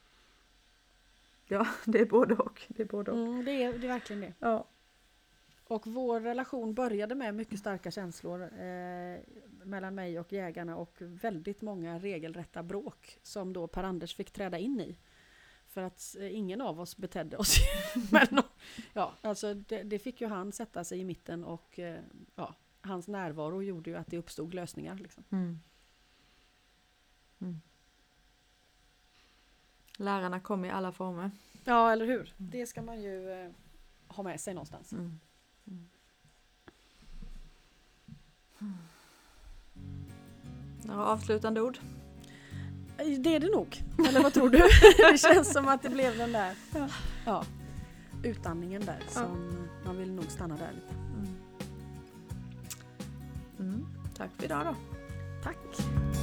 S1: Ja, det är både och. Det är både och.
S2: Mm, det, är, det är verkligen det.
S1: Ja.
S2: Och vår relation började med mycket starka känslor eh, mellan mig och jägarna och väldigt många regelrätta bråk som då Per-Anders fick träda in i. För att eh, ingen av oss betedde oss. Men, ja, alltså det, det fick ju han sätta sig i mitten och eh, ja, hans närvaro gjorde ju att det uppstod lösningar. Liksom.
S1: Mm. Mm. Lärarna kom i alla former.
S2: Ja, eller hur? Det ska man ju eh, ha med sig någonstans.
S1: Mm. Mm. Några avslutande ord?
S2: Det är det nog. Eller vad tror du? Det känns som att det blev den där
S1: Ja.
S2: ja, utandningen där. Som man vill nog stanna där lite.
S1: Mm. Mm. Tack för idag då.
S2: Tack!